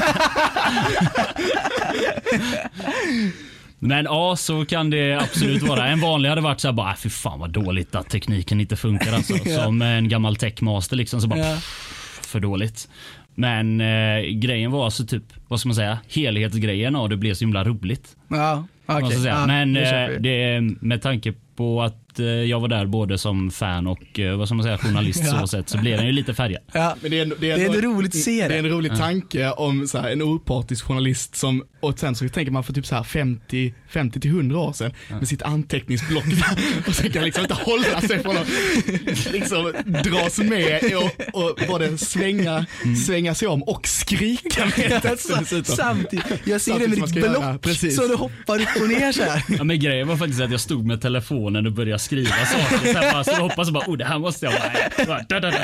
Men ja, så kan det absolut vara. En vanlig hade varit så här bara, för fan vad dåligt att tekniken inte funkar alltså. Som en gammal techmaster liksom, så bara ja. pff, för dåligt. Men eh, grejen var alltså typ, vad ska man säga, helhetsgrejen och det blev så himla roligt. Ja, okej. Okay. Ja, men det, det med tanke på att jag var där både som fan och vad ska man säga, journalist ja. så sätt, så blev den ju lite färgad. Ja, men det är, det är, det är en roligt att se det. Det är en rolig tanke om så här, en opartisk journalist som, och sen så tänker man för typ så här femtio till hundra år sedan ja. med sitt anteckningsblock och sen kan liksom inte hålla sig från att liksom dras med och, och både svänga, mm. svänga sig om och skrika med det. Samtidigt. Jag ser det med ditt block så du hoppar upp och ner så här. Ja, men grejen var faktiskt att jag stod med telefonen och började skriva saker. Sen bara, så jag hoppas bara, oh det här måste jag bara.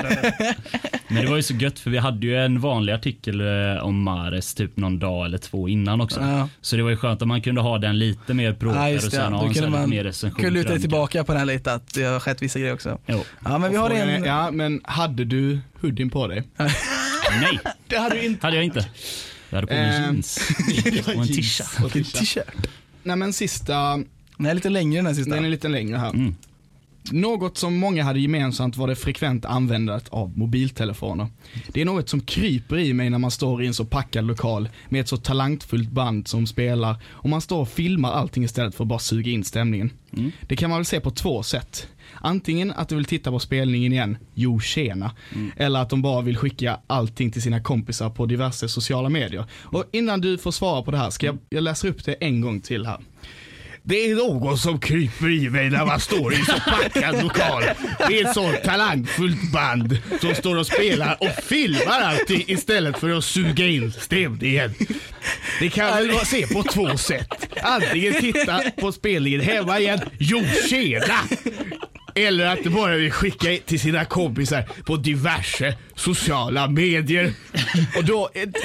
Men det var ju så gött för vi hade ju en vanlig artikel om Mares typ någon dag eller två innan också. Ja. Så det var ju skönt att man kunde ha den lite mer proper ja, och sen ha en sån lite mer recension. Kunde luta tillbaka på den lite att det har skett vissa grejer också. Jo. Ja, men vi har en... Ja, men hade du hoodien på dig? Nej. Det hade du inte. Hade jag inte. Jag hade på mig um, jeans. Och en t-shirt. Och en t-shirt. Nej, men sista... Den är lite längre den här sista. Den är lite längre här. Mm. Något som många hade gemensamt var det frekvent användandet av mobiltelefoner. Det är något som kryper i mig när man står i en så packad lokal med ett så talangfullt band som spelar och man står och filmar allting istället för att bara suga in stämningen. Mm. Det kan man väl se på två sätt. Antingen att du vill titta på spelningen igen, jo tjena. Mm. Eller att de bara vill skicka allting till sina kompisar på diverse sociala medier. Och innan du får svara på det här ska jag, jag läsa upp det en gång till här. Det är någon som kryper i mig när man står i en så packad lokal. Det är ett så talangfullt band som står och spelar och filmar allting istället för att suga in stämningen. Det kan man se på två sätt. Antingen titta på spelningen hemma igen, jo tjena. Eller att det bara vill skicka till sina kompisar på diverse sociala medier. Och då är det,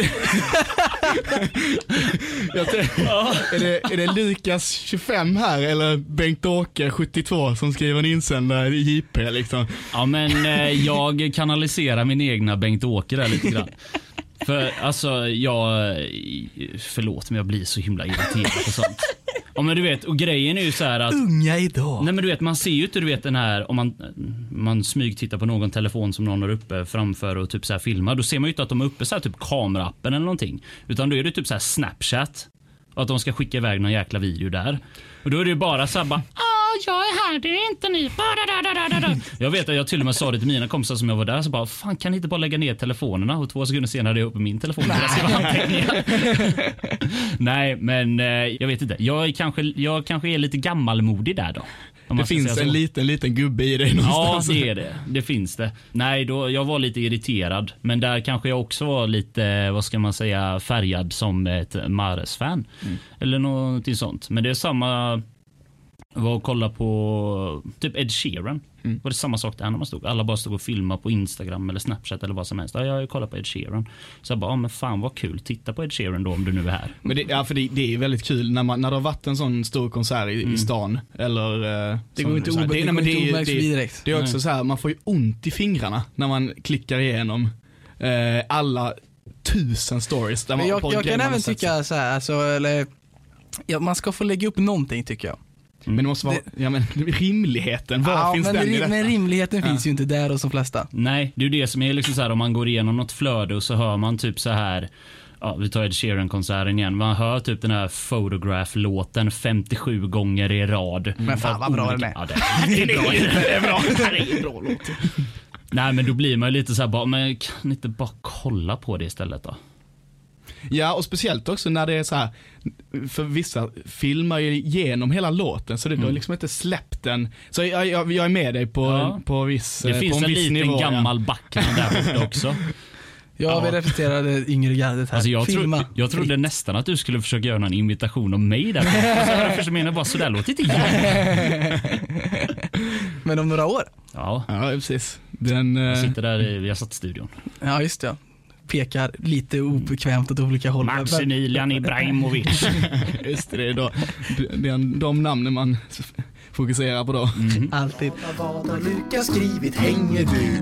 jag tänkte, är det, är det Lukas tjugofem här eller Bengt-Åke sjuttiotvå som skriver en insändare i J P liksom? Ja, men eh, jag kanaliserar min egna Bengt-Åke där lite grann. För alltså jag förlåt men jag blir så himla irriterad på sånt. Ja, men du vet, och grejen är ju så här att unga idag. Nej, men du vet, man ser ju inte, du vet, den här om man man smyg tittar på någon telefon som någon har uppe framför och typ så här filmar, då ser man ju inte att de är uppe så här typ kameraappen eller någonting, utan då är det typ så här Snapchat och att de ska skicka iväg någon jäkla video där. Och då är det ju bara så här bara jag är här, det är inte ni. Jag vet att jag till och med sa det till mina kompisar som jag var där, så bara, fan kan ni inte bara lägga ner telefonerna? Och två sekunder senare är jag uppe min telefon. Nej, men eh, jag vet inte. Jag, är kanske, jag kanske är lite gammalmodig där då. Det finns en liten, liten gubbe i dig någonstans. Ja, det är det. Det finns det. Nej, då, jag var lite irriterad. Men där kanske jag också var lite, vad ska man säga, färgad som ett Mares-fan. Mm. Eller någonting sånt. Men det är samma... var att kolla på typ Ed Sheeran. Mm. Var det samma sak där när man stod? Alla bara stod och filmade på Instagram eller Snapchat eller vad som helst. Ja, jag kollar på Ed Sheeran. Så jag bara, ja, men fan vad kul. Titta på Ed Sheeran då om du nu är här. Men det, ja, för det, det är väldigt kul när, man, när det har varit en sån stor konsert i, mm. i stan. Eller... Uh, det går inte obemärkt direkt. Det är också så här, man får ju ont i fingrarna när man klickar igenom uh, alla tusen stories. Där man jag jag kan även tycka så här, alltså, eller, ja, man ska få lägga upp någonting tycker jag. Mm. Men det måste vara, det, ja men rimligheten, var ja, finns men den ri- i detta? Men rimligheten ja. finns ju inte där hos de flesta. Nej, det är ju det som är liksom så här, om man går igenom något flöde och så hör man typ så här, Ja, vi tar Ed Sheeran-konserten igen. Man hör typ den här Photograph-låten femtiosju gånger i rad. Men fan vad bra den är. Ja, det är bra. Det är bra. Det är en bra låt. Nej, men då blir man ju lite så här, bara, men kan inte bara kolla på det istället då? Ja, och speciellt också när det är så här, för vissa filmar ju igenom hela låten, så det mm. har liksom inte släppt den. Så jag, jag, jag är med dig på, ja. på viss Det på finns en, en viss liten nivå, gammal ja. backman där borta också. Ja, ja, vi representerar det yngre gardet här. Alltså jag, Filma. tro, jag trodde nästan att du skulle försöka göra en imitation av mig där. Så jag menar bara, så där låter inte jag. Men om några år? Ja, ja precis. Den, jag sitter där i, vi har satt studion. Ja, just det. Pekar lite obekvämt åt olika håll. Maximilian Ibrahimovic. Just det, det är då, de, de namnen man fokuserar på då. Mm. Alltid. Vad har Lukas skrivit hänger du?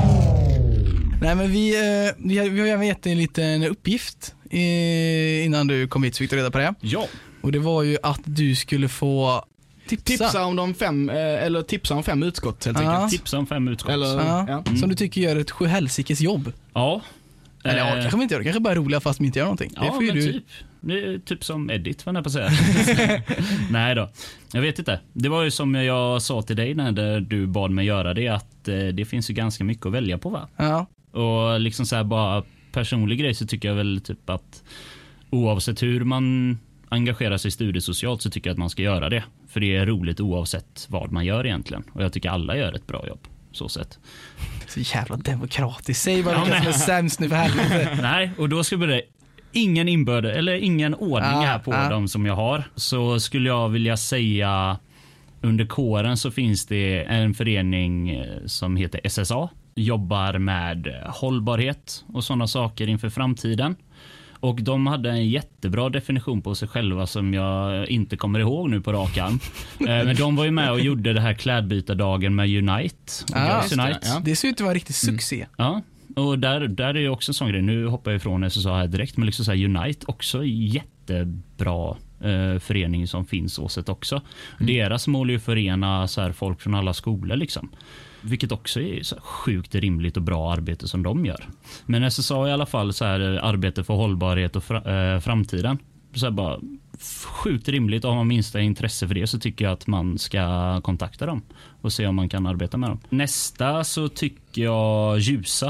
Nej, men vi, vi har, vi har även gett en liten uppgift innan du kom hit, så fick du reda på det. Ja. Och det var ju att du skulle få tipsa. Tipsa om de fem, eller tipsa om fem utskott helt ja. enkelt. Tipsa om fem utskott. Eller, ja. Ja. Mm. Som du tycker gör ett sjuhelsikes jobb. Ja. Eller ja, kanske inte gör det. Kanske bara är roliga fast de inte gör någonting. Ja, det får ju men du... typ. Det är typ som Edit, vad jag på att säga. Nej då. Jag vet inte. Det var ju som jag sa till dig när du bad mig göra det, att eh, det finns ju ganska mycket att välja på, va? Ja. Och liksom så här, bara personlig grej, så tycker jag väl typ att oavsett hur man engagerar sig studiesocialt, så tycker jag att man ska göra det. För det är roligt oavsett vad man gör egentligen. Och jag tycker alla gör ett bra jobb. Så sätt. Så jävla demokratiskt. Säg bara Ja, vilka som är sämst nu för helvete. Nej, och då skulle det ingen inbörde eller ingen ordning ah, här på ah. dem som jag har. Så skulle jag vilja säga, under kåren så finns det en förening som heter S S A. Jobbar med hållbarhet och sådana saker inför framtiden. Och de hade en jättebra definition på sig själva som jag inte kommer ihåg nu på rak arm. Men de var ju med och gjorde det här klädbytardagen med Unite. Ah, Unite. det, ja. det ser ut att vara en riktig succé. Mm. Ja, och där, där är ju också en sån grej. Nu hoppar jag ifrån S S A här direkt, men liksom så här, Unite också jättebra eh, förening som finns åsett också. Mm. Deras mål är ju förena så här, folk från alla skolor liksom. Vilket också är så sjukt rimligt och bra arbete som de gör. Men S S A i alla fall så här, arbete för hållbarhet och fra, eh, framtiden. Så här, bara sjukt rimligt, och har man minsta intresse för det, så tycker jag att man ska kontakta dem och se om man kan arbeta med dem. Nästa så tycker jag Ljusa.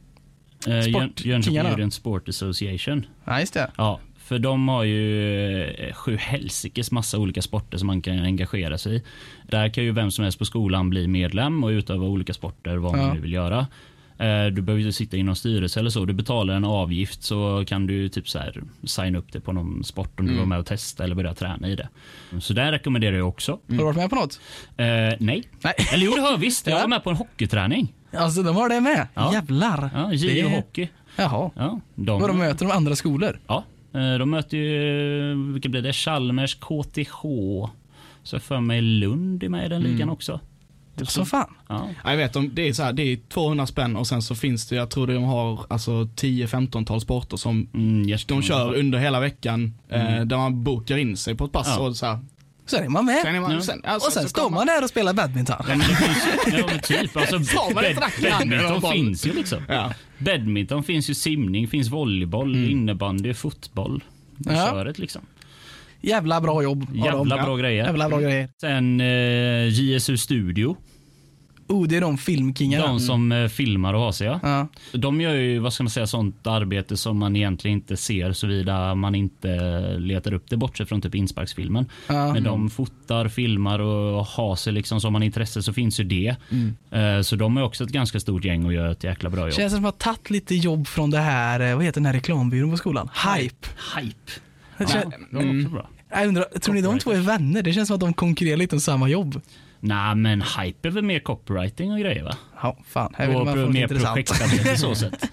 Eh, Jönköping Student Sport Association. Ja, just det. Ja, för de har ju sju helsikes massa olika sporter som man kan engagera sig i. Där kan ju vem som helst på skolan bli medlem och utöva olika sporter, vad man ja. nu vill göra. Du behöver inte sitta i någon styrelse eller så. Du betalar en avgift, så kan du typ så här signa upp det på någon sport om mm. du var med och testa eller börja träna i det. Så där rekommenderar jag också. Mm. Har du varit med på något? Eh, nej. nej. Eller jo, det har jag visst. Jag var med på en hockeyträning. Alltså, de har det med? Ja. Jävlar. Ja, J O Hockey. Jaha. Ja, de... Vad de möter de andra skolor? Ja. De möter ju, vilka blir det? Chalmers, K T H. Så för mig Lund är med i den ligan mm. också. Det så fan. Ja. Jag vet, det är så här, det är tvåhundra spänn och sen så finns det, jag tror de har alltså tio femton tal sporter som mm, de kör under hela veckan mm. eh, där man bokar in sig på ett pass ja. och så här. Sen är man med. Sen är man, ja. sen, alltså, och sen så står man där och spelar badminton. Ja, men det finns, ja, men typ. Alltså, bad, badminton finns ju liksom. Ja. Badminton finns ju, simning finns, volleyboll, mm. innebandy, fotboll. Ja. Köret liksom. Jävla bra jobb. Jävla bra ja. grejer. Jävla bra grejer. Sen eh, J S U Studio. Oh, det är de filmkingarna. De som mm. filmar och har sig. Ja. Ja. De gör ju, vad ska man säga, sånt arbete som man egentligen inte ser såvida man inte letar upp det, bortsett från typ insparksfilmen. Ja. Men de fotar, filmar och har sig liksom, som man har intresse så finns ju det. Mm. Så de är också ett ganska stort gäng och gör ett jäkla bra jobb. Känns som att man har tagit lite jobb från det här, vad heter den här reklambyrån på skolan? Hype. Hype. Ja, känns, mm. också bra. Jag undrar, tror ni de två är vänner? Det känns som att de konkurrerar lite om samma jobb. Nej, men Hype är väl mer copywriting och grejer, va? Ja, fan. Här vill och man få mer intressant. projektarbete så sätt.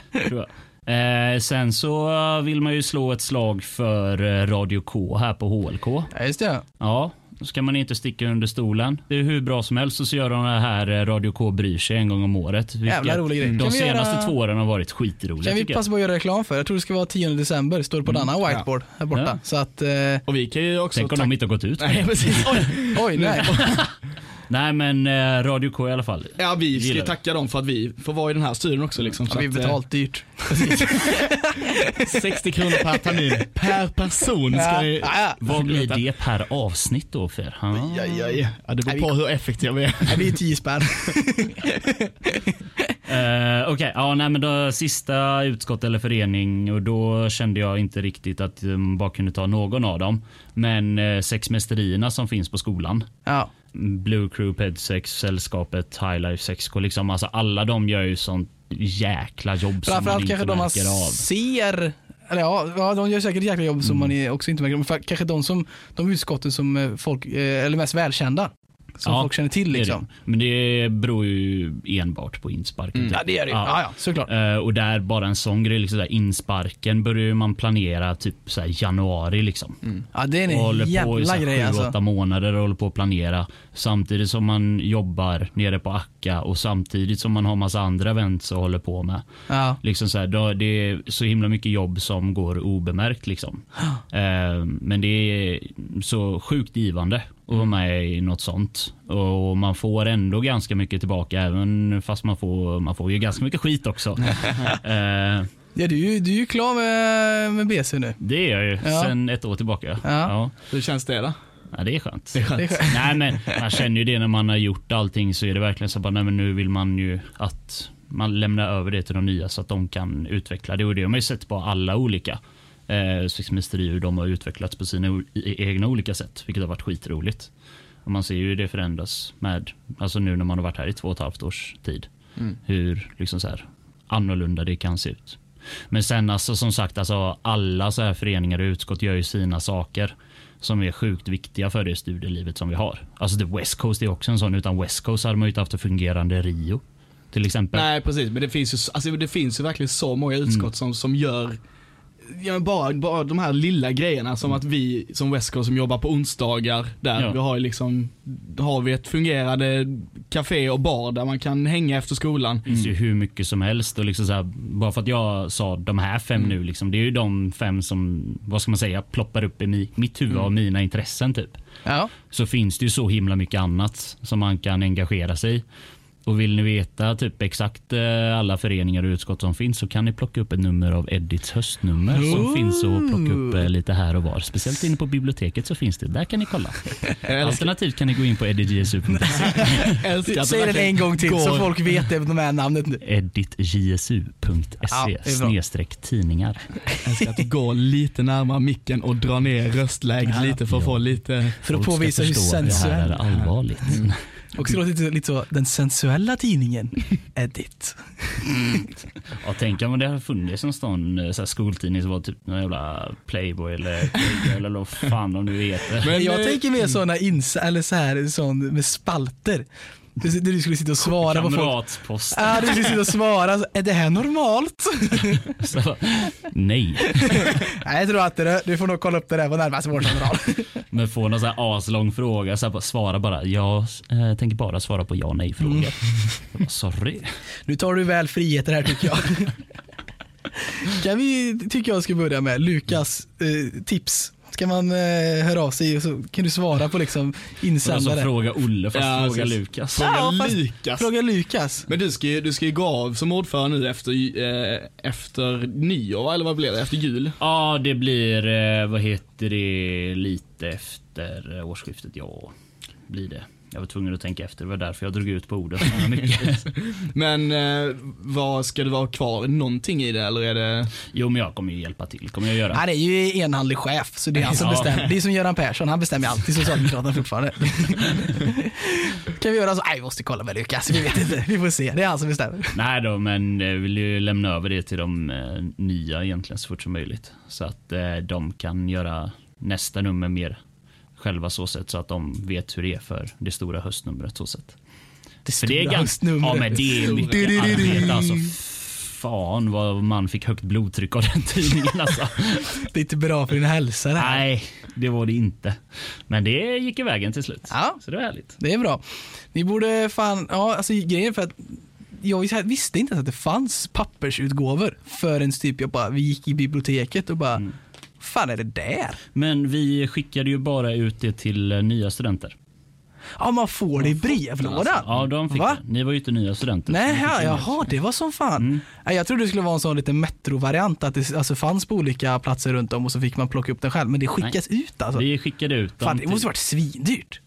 eh, sen så vill man ju slå ett slag för Radio K här på H L K. Ja, just det. Ja, då ska man inte sticka under stolen. Det är hur bra som helst, så gör de det här Radio K bryr sig en gång om året. Jävla rolig grej. De senaste göra... två åren har varit skitroliga. Kan vi passa på att göra reklam för? Jag tror det ska vara tionde december. Står det på mm. denna whiteboard här borta. Ja. Så att, eh... och vi kan ju också... Tänk om tack... de inte har gått ut. Nej, precis. Oj, Oj nej. Nej, men eh, Radio K i alla fall. Ja, vi ska tacka dem för att vi får vara i den här studion också. Liksom, ja, så vi har betalt att, dyrt. sextio kronor per termin. Per person ska Ja, vi... ja, ja. Vad blir det per avsnitt då för? Ha? Ja, ja, ja. Ja, det beror på hur effektiva vi är. Det blir tio spänn. Uh, Okej, okay. ja, nej, men då sista utskott eller förening, och då kände jag inte riktigt att um, bara kunde ta någon av dem. Men uh, sexmästerierna som finns på skolan. Ja. Blue Crew, Pedsex, Sällskapet, High Life, Sexco, liksom, alltså alla de gör ju sånt jäkla jobb som man Framförallt inte kanske de man märker av. ser, eller ja, ja, de gör säkert jäkla jobb som Mm. man är också inte märker av. Men för- kanske de som, de utskotten som eh, folk, eh, eller mest välkända. Som Ja, folk känner till Det är liksom. det. Men det beror ju enbart på insparken. Mm. typ. Ja, det gör det ju. Ja. Ja, ja, såklart. Eh, och där bara en sån grej, liksom där, insparken börjar man planera typ så här januari liksom. Ja, det är Och en håller på i jävla så här grej sju, alltså. åtta månader och håller på att planera. Samtidigt som man jobbar nere på Akka och samtidigt som man har massa andra events och håller på med. Ja. Liksom så här, då, det är så himla mycket jobb som går obemärkt liksom. Eh, men det är så sjukt givande att vara med i något sånt. Och man får ändå ganska mycket tillbaka, även fast man får, man får ju ganska mycket skit också. eh, Ja, du, är ju- du är ju klar med, med B C nu. det är jag ju Ja. sen ett år tillbaka. Ja. Ja. Hur känns det då? Ja, det är skönt. Det är skönt. Det är skönt. Nej, men man känner ju det när man har gjort allting, så är det verkligen så bara, nej, men nu vill man ju att man lämnar över det till de nya så att de kan utveckla det, och det har man ju sett på alla olika eh, sexmästerier, hur de har utvecklats på sina o- i- egna olika sätt, vilket har varit skitroligt. Och man ser ju det förändras med, alltså nu när man har varit här i två och ett halvt års tid, Mm. hur liksom så här annorlunda det kan se ut. Men sen alltså, som sagt, alltså, alla så här föreningar och utskott gör ju sina saker som är sjukt viktiga för det studielivet som vi har. Alltså The West Coast är också en sån. Utan West Coast hade man ju inte haft ett fungerande Rio till exempel. Nej, precis. Men det finns ju, alltså, det finns ju verkligen så många utskott Mm. som, som gör ja, men bara, bara de här lilla grejerna, som att vi som West Coast som jobbar på onsdagar där Ja. vi har ju liksom, har vi ett fungerande café och bar där man kan hänga efter skolan. Det finns ju hur mycket som helst, och liksom så här, bara för att jag sa de här fem Mm. nu liksom, det är ju de fem som, vad ska man säga, ploppar upp i mi, mitt huvud Mm. av mina intressen typ. Ja. Så finns det ju så himla mycket annat som man kan engagera sig i. Och vill ni veta typ exakt eh, alla föreningar och utskott som finns, så kan ni plocka upp ett nummer av Edits höstnummer som Ooh. finns och plocka upp eh, lite här och var. Speciellt inne på biblioteket så finns det. Där kan ni kolla. Alternativt kan ni gå in på edit j s u punkt s e. Älskar att Säg den verkligen en gång till går- så folk vet det med namnet nu. edit j s u punkt s Ja, e det är bra. snedstreck tidningar. älskar att du går lite närmare micken och drar ner röstläget Ja. lite för att Ja. få lite... För att Folk ska påvisa hur förstå att det här är sensuell. allvarligt. Och så låter det lite, lite så, den sensuella tidningen Edit. Ja, tänk om det hade funnits en sån eh, så här skoltidning som var typ någon jävla Playboy eller Playboy eller vad fan de nu heter. Men, jag eh, tänker mer såna ins eller så här sån med spalter. Där där du skulle sitta och svara på folk. Kamratspost. Ja, du skulle sitta och svara. Så, är det här normalt? Så, nej. Nej, jag tror att det är, du får nog kolla upp det där på närmaste vårdcentral. Men få någon så här aslång fråga, så här, bara svara bara. Jag eh, tänker bara svara på ja och nej frågor. Mm. Jag bara, sorry. Nu tar du väl friheter här tycker jag. Kan vi, tycker jag ska börja med Lukas eh, tips. Ska man eh, höra av sig och så kan du svara på liksom Så insändare. fråga Olle fast Ja, fråga precis. Lukas. Fråga Ja, fast- Lukas. Fråga Lukas. Men du ska ju, du ska ju gå av som ordförande nu efter, eh, efter nyår, eller vad blir det? Efter jul? Ja, det blir, eh, vad heter det, lite efter eh, årsskiftet. Ja, blir det. Jag var tvungen att tänka efter, det var därför jag drog ut på ordet så mycket. Men eh, vad ska det vara kvar? Någonting i det, eller är det... Jo, men jag kommer ju hjälpa till, kommer jag göra. Han är ju enhandlig chef så det är han som Ja. bestämmer. Det är som Göran Persson, han bestämmer alltid Socialdemokraterna fortfarande. Kan vi göra så? Nej, vi måste kolla med Lukas, vi vet inte. Vi får se, det är han som bestämmer. Nej då, men jag vill ju lämna över det till de eh, nya egentligen så fort som möjligt. Så att eh, de kan göra nästa nummer mer själva så sätt, så att de vet hur det är för det stora höstnumret så sätt. Det För det är stora ganska, höstnumret. ja men det är mycket Du-du-du-du. arbete alltså. Fan vad man fick högt blodtryck av den tidningen alltså. Det är inte bra för din hälsa det här. Nej, det var det inte. Men det gick i vägen till slut. Ja. Så det var härligt. Det är bra. Ni borde fan, ja alltså grejen för att jag visste inte att det fanns pappersutgåvor förrän typ jag bara, vi gick i biblioteket och bara, Mm. fan är det där? Men vi skickade ju bara ut det till eh, nya studenter. Ja, man får det i brevlådan. Ja, de fick Va? det. Ni var ju inte nya studenter. Nej, så ni ja, fick jaha, det var som fan. Mm. Nej, jag trodde det skulle vara en sån liten metrovariant att det alltså fanns på olika platser runt om och så fick man plocka upp den själv. Men det skickas ut alltså. Vi skickade ut dem. Fan, det måste till- varit svindyrt.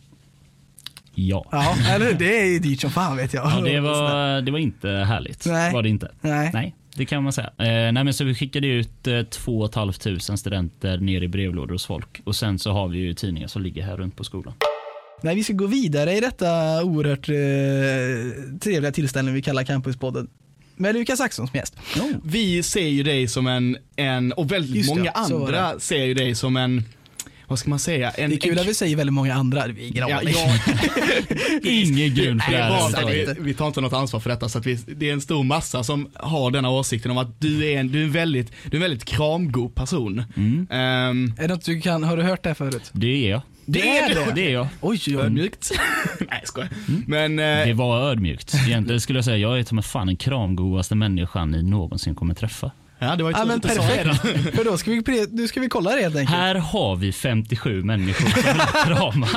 Ja. Ja, eller det är ju dyrt som fan vet jag. Ja, det var, det var inte härligt. Nej. Var det inte. Nej. Nej, det kan man säga. Eh, nej, men så vi skickade ut eh, två och ett halvt tusen studenter ner i brevlådor hos folk. Och sen så har vi ju tidningar som ligger här runt på skolan. Nej, vi ska gå vidare i detta oerhört eh, trevliga tillställning vi kallar Campuspodden. Med Lukas Saxon som gäst. Vi ser ju dig som en, en och väldigt Just det, många så var andra ser ju dig som en, vad ska man säga? En, Det är kul en, att vi säger väldigt många andra. Vi är ingen ja, aning. ja, Ingen grund för det det är här. bara så att överhuvudtaget. vi, vi tar inte något ansvar för detta, så att vi, det är en stor massa som har denna åsikten om att du är en, du är en väldigt, du är en väldigt kramgod person. Mm. Ehm, Är det något du kan, har du hört det förut? Det är jag. Det är det? Det är jag. Oj, oj, oj. ödmjukt. Nej, skojar. Men eh, Det var ödmjukt. Egentligen skulle jag säga jag är som fan den kramgodaste människan ni någonsin kommer träffa. ja, det var ju Ja, tur men att du sa det. perfekt. För då ska vi, pre- nu ska vi kolla det helt enkelt. Här har vi femtiosju människor som vill ha kramar.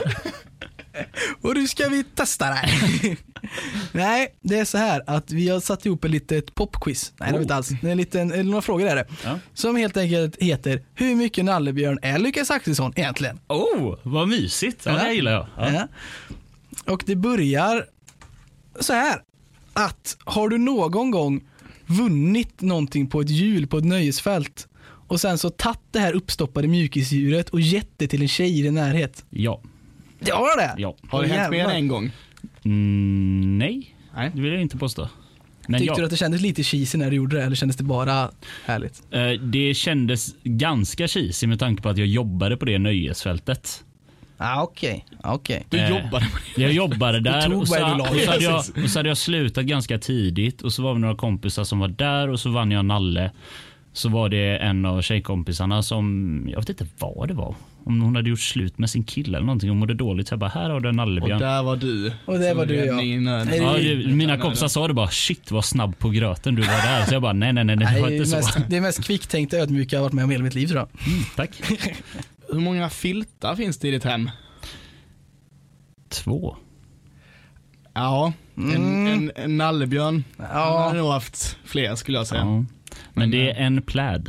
Och nu ska vi testa det här. Nej, det är så här att vi har satt ihop ett litet popquiz. Nej, det är inte alls. Det är en liten, eller några frågor är det. Ja. Som helt enkelt heter: hur mycket nallebjörn är Lukas Axelsson egentligen? Oh, vad mysigt. Ja, det gillar jag. Ja. Ja. Och det börjar så här att har du någon gång vunnit någonting på ett hjul på ett nöjesfält och sen så tatt det här uppstoppade mjukisdjuret och gett det till en tjej i din närhet? Ja. Det har det? Ja. Har det Åh, hänt mer än jävlar. en gång? Mm, nej, Nej. det vill jag inte påstå. Men Tyckte ja, du att det kändes lite cheesy när du gjorde det eller kändes det bara härligt? eh, det kändes ganska cheesy med tanke på att jag jobbade på det nöjesfältet. Ah, okej. Okay. Okej. Du Eh, jobbade med det. Jag jobbade Och där tog och så, vad du la. och, så hade jag, och så hade jag slutat ganska tidigt och så var vi några kompisar som var där och så vann jag nalle. Så var det en av tjejkompisarna som, jag vet inte vad det var. Om hon hade gjort slut med sin kille eller någonting och mådde dåligt. Så jag bara, här har du en Och nallebjörn. där var du. Och där Som var du, ja. räddning i nöden. Nej, Ja, det- det, mina kompisar sa det bara, shit vad snabb på gröten du var där. Så jag bara, nej nej nej, det Nej, var det, inte är så. mest, det är mest kvicktänkt och ödmjuka jag har varit med om hela mitt liv tror jag. Mm, tack. Hur många filtar finns det i ditt hem? Två. Ja, en, Mm. en, en nallebjörn. Ja. Han har nog haft fler skulle jag säga. Ja. Men, Men, det är en pläd.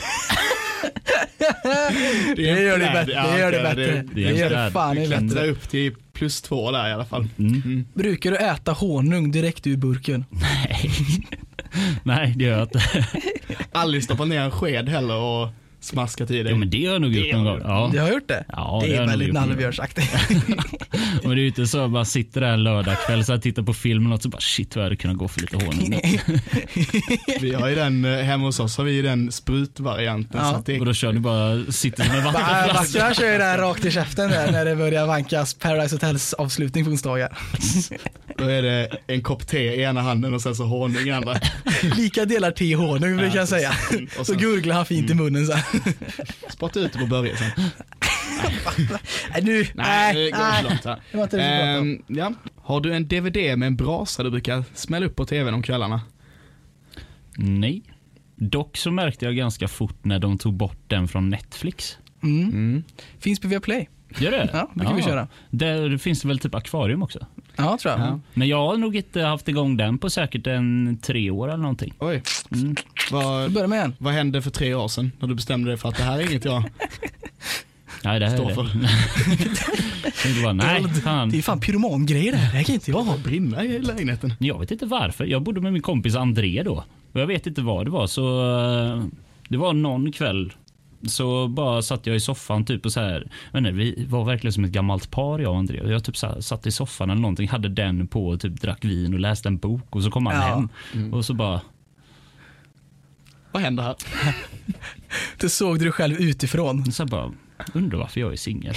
Det gör det bättre. Ja, Det gör det okej, bättre. det är Det gör det kläd. fan Du i klättrar bättre. upp till plus två där i alla fall. Mm. Mm. Brukar du äta honung direkt ur burken? Nej. Nej, det gör jag inte. Aldrig stoppa ner en sked heller och smaskat i dig. Ja, men det har jag nog Det gjort har någon du gång. gjort. Ja. Det har jag gjort det. Ja, det det har är jag nog väldigt gjort någon gång. nallebjörnsaktigt. Men det är ju inte så att jag bara sitter där en lördagkväll så jag tittar på filmen och så bara shit vad jag hade kunnat gå för lite honung. Vi har ju den, eh, hemma hos oss har vi ju den sprutvarianten. Ja. Så att det, Och då kör ni bara, sitter som en Bara, vattenflaska. Jag kör ju det här rakt i käften där när det börjar vankas Paradise Hotels avslutning på onsdagar. då är det en kopp te i ena handen och sen så honung i andra. Lika delar te honung brukar jag säga. Och Så sen gurglar han fint i munnen så här. spotta ut det på början sen. Nej, nu, Nej, det går för nej. långt här. Det var inte det vi pratade om. Ehm, ja. Har du en D V D med en brasa du brukar smälla upp på tvn om kvällarna? Nej. Dock så märkte jag ganska fort när de tog bort den från Netflix. Mm. Mm. Finns på Viaplay. Gör det? Ja, det kan vi köra. Där finns det väl typ akvarium också. Ja, tror jag. Ja. Men jag har nog inte haft igång den på säkert en tre år eller någonting. Oj, Mm. vad, Vi börjar med en. vad hände för tre år sedan när du bestämde dig för att det här är inget jag Nej, det här står är för? det. Det var, nej, fan. Det är fan pyromangrejer det här. Det här kan inte jag ha. Brinna i lägenheten. Jag vet inte varför. Jag bodde med min kompis André då. Och jag vet inte vad det var. Så eh, det var någon kväll. Så bara satt jag i soffan typ och så här. Men nej, vi var verkligen som ett gammalt par, jag och André. Och jag typ så här, satt i soffan eller någonting. Hade den på och typ drack vin och läste en bok. Och så kom han Ja. hem. Mm. Och så bara... Vad händer här? Då såg du dig själv utifrån. Så jag bara, undrar varför jag är singel.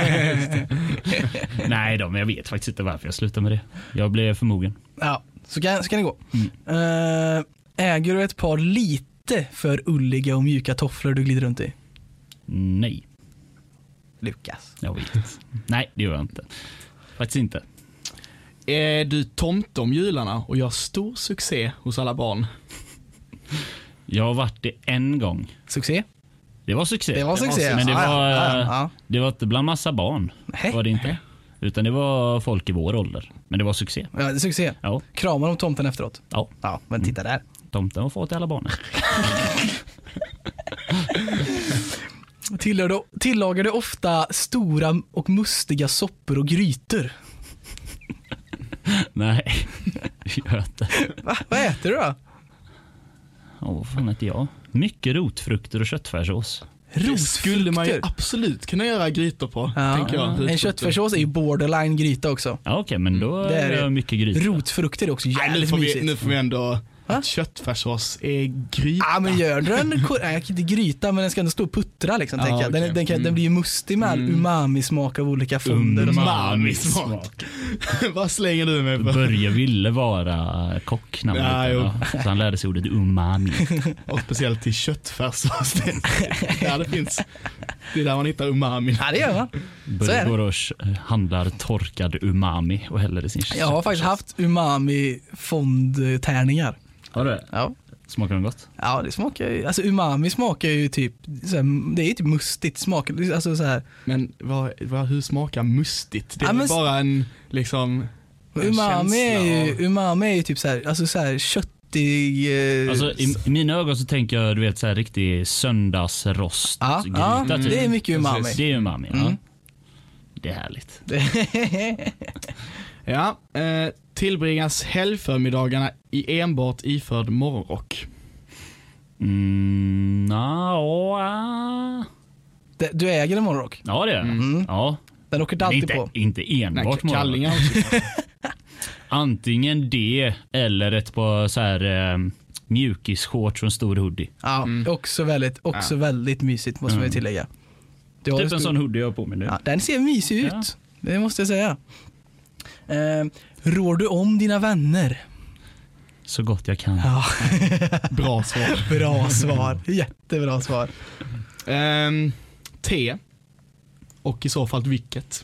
Nej då, men jag vet faktiskt inte varför jag slutade med det. Jag blev förmogen. Ja, så kan, så kan det gå. Mm. Eh, äger du ett par lite för ulliga och mjuka tofflor du glider runt i? Nej, Lukas. jag vet. Nej, det gör jag inte. Faktiskt inte. Är du tomte om jularna och gör stor succé hos alla barn? Jag har varit det en gång. Succé? Det var succé. Det var succé. Men det Ja, var, ja, ja, ja. det var inte bland massa barn. Nej. Var det inte. Utan det var folk i vår ålder. Men det var succé. Ja, det är succé. Ja. Kramar de tomten efteråt? Ja. Ja, men titta där. Tomten var fått till alla barnen. Tillagar du, tillagar du ofta stora och mustiga soppor och grytor? Nej, jag äter. Va? Vad äter du då? Ja, vad fan äter jag? Mycket rotfrukter och köttfärssås. Det skulle man ju absolut kunna göra grytor på, Ja. tänker jag. En köttfärssås är ju borderline gryta också. Ja, okej, okay, men då Det är är det det. mycket grytor. Rotfrukter är också Nej, nu, jävligt får vi, mysigt. nu får vi ändå... Va? Köttfärssås är gryta. Ja, men gör du en, nej, jag kan inte gryta, men den ska ändå stå och puttra liksom, Ja, tänker jag. Den, okej. den, kan, Mm. den blir ju mustig med all Mm. umami-smak av olika fonder och så. Umami-smak. Vad slänger du mig på? Börje ville vara kock när Ja, han jo. var liten, så han lärde sig ordet umami. Och speciellt till köttfärssås. Det, ja, det finns. Det är där man hittar umami. Ja, det gör man. Så är Börje det. går och handlar torkad umami och häller i sin Jag har faktiskt haft umami-fondtärningar. Har du? Ja. Smakar de gott? Ja, det smakar ju, alltså umami smakar ju typ, så här, det är ju typ mustigt smak, alltså så här. Men vad, vad, hur smakar mustigt? Det är Ja, men- bara en, liksom... en Umami är känsla ju, av- umami är ju typ så här, alltså så här köttig. Eh, Alltså, i, i mina ögon så tänker jag, du vet, så här riktig söndagsrost. ja, ja, gryta, typ. det är mycket umami. Precis. Det är umami, ja. Mm. Det är härligt. Ja, eh, tillbringas helgförmiddagarna i enbart iförd morgonrock. Mm, na, Det- du äger en morgonrock. ja, det är det. Mm. Ja. Den åker du Men alltid inte, på. inte Nej, enbart morgon. kallingar också. Antingen det eller ett par så här eh, mjukisshorts och en stor hoodie. Ja, Mm. också väldigt, också Ja. väldigt mysigt måste man ju Mm. tillägga. Du har Typ en en stor- sån hoodie jag har på mig nu. Ja, den ser mysig ut. Ja. Det måste jag säga. Eh, rår du om dina vänner? Så gott jag kan. Ja, Bra svar. bra svar. Jättebra svar. Ehm, te. Och i så fall vilket?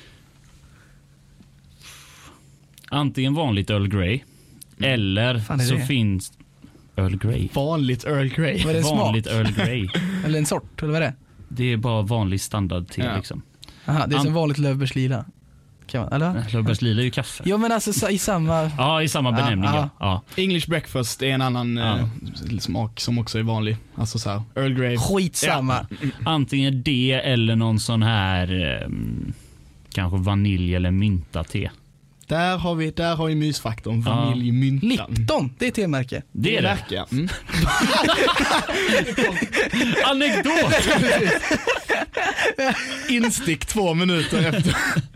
Antingen vanligt Earl Grey eller Fan är så det? finns Earl Grey. Vanligt Earl Grey. Vad är det, en Vanligt smak? Earl Grey. Eller en sort, eller vad är det? Det är bara vanlig standard te Ja. liksom. Aha, det är An- som vanligt lövbärslila. Kan man, eller? Löfbergs Lila är ju kaffe. Jo, men alltså så- i samma... Ja, i samma benämning. Ja, Ja. Ja. English breakfast är en annan Ja. eh, smak som också är vanlig. Alltså så här, Earl Grey. Skitsamma. Antingen det eller någon sån här ehm, kanske vanilj eller mynta-te. Där har vi, där har vi mysfaktorn. Ja. Vaniljmyntan. Lipton, det är temärke. Det är det. verkar. Mm. Anekdot! Instick två minuter efter.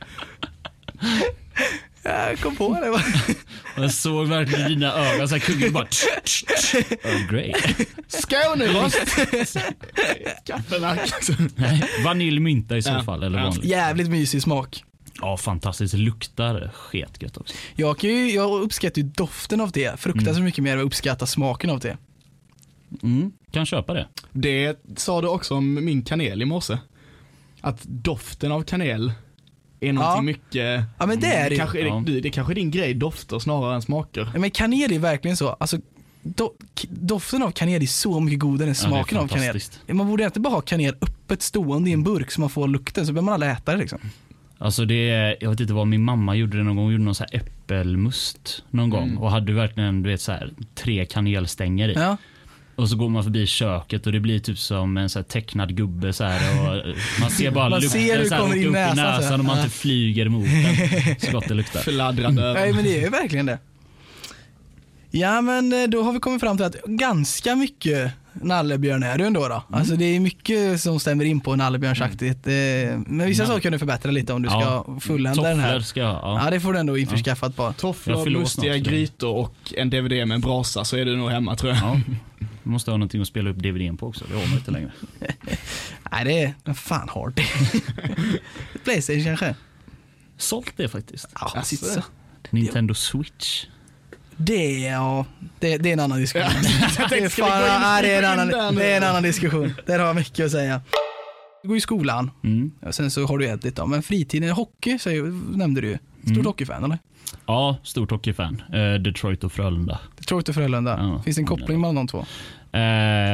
Jag kom på det. Va? Jag såg verkligen dina ögon så här kuggen bara tsch, tsch, tsch. Earl Grey. Skånerost. Kaffemärke. Nej, vaniljmynta i så Ja. fall eller Ja. vanlig. Jävligt mysig smak. Ja, fantastiskt. Det luktar sketgött också. Jag, kan ju, jag uppskattar ju doften av te fruktansvärt mycket mer än jag uppskattar smaken av te. Mm, kan köpa det. Det sa du också om min kanel i morse. Att doften av kanel är någonting Ja. mycket... Ja, men det är det ju. kanske är Ja. det, det kanske är din grej, dofter snarare än smaker. Ja, men kanel är verkligen så. Alltså, do, k- doften av kanel är så mycket godare än Ja, det är smaken av kanel. fantastiskt. Man borde inte bara ha kanel öppet stående i en burk så man får lukten, så behöver man aldrig äta det liksom. Alltså det är, jag vet inte vad min mamma gjorde det någon gång. Hon gjorde någon så här äppelmust någon gång. Mm. Och hade verkligen, du vet, så här, tre kanelstänger i. Ja. Och så går man förbi köket och det blir typ som en så här tecknad gubbe så här, och man ser bara Man lukten ser hur det så här, kommer åka in upp näsan, i så här. näsan och man Ja. inte flyger emot den. Så gott det luktar. Fladdrande över. Nej, men det är ju verkligen det. Ja, men eh, då har vi kommit fram till att ganska mycket nallebjörn är du ändå då. Alltså det är mycket som stämmer in på nallebjörnsaktigt. Mm. Men vissa saker kan du förbättra lite om du ska Ja. fullända den här. Tofflor ska jag, ja. Ja, det får du ändå införskaffat på. Jag Tofflor, fyller år mustiga snart, så det- grytor och en D V D med en brasa, så är du nog hemma tror jag. Ja. Man måste ha någonting att spela upp D V D:n på också. Det har man inte längre. Nej, det är... Vem fan har det? Playstation kanske? Sålt det faktiskt. Ja, Alltså. så. Nintendo Switch. Det, ja, det, det är en annan diskussion. Jag det, är tänkte, ska vi fan, gå in- nej, det, är en gå in annan, där nu? det är en annan diskussion. Där har jag mycket att säga. Du går i skolan, Mm. och sen så har du Edit då. Men fritiden, hockey säger, nämnde du ju. Stort Mm. hockeyfan eller? Ja, stort hockeyfan. Eh, Detroit och Frölunda. Detroit och Frölunda. Ja. Finns det en koppling mellan de två?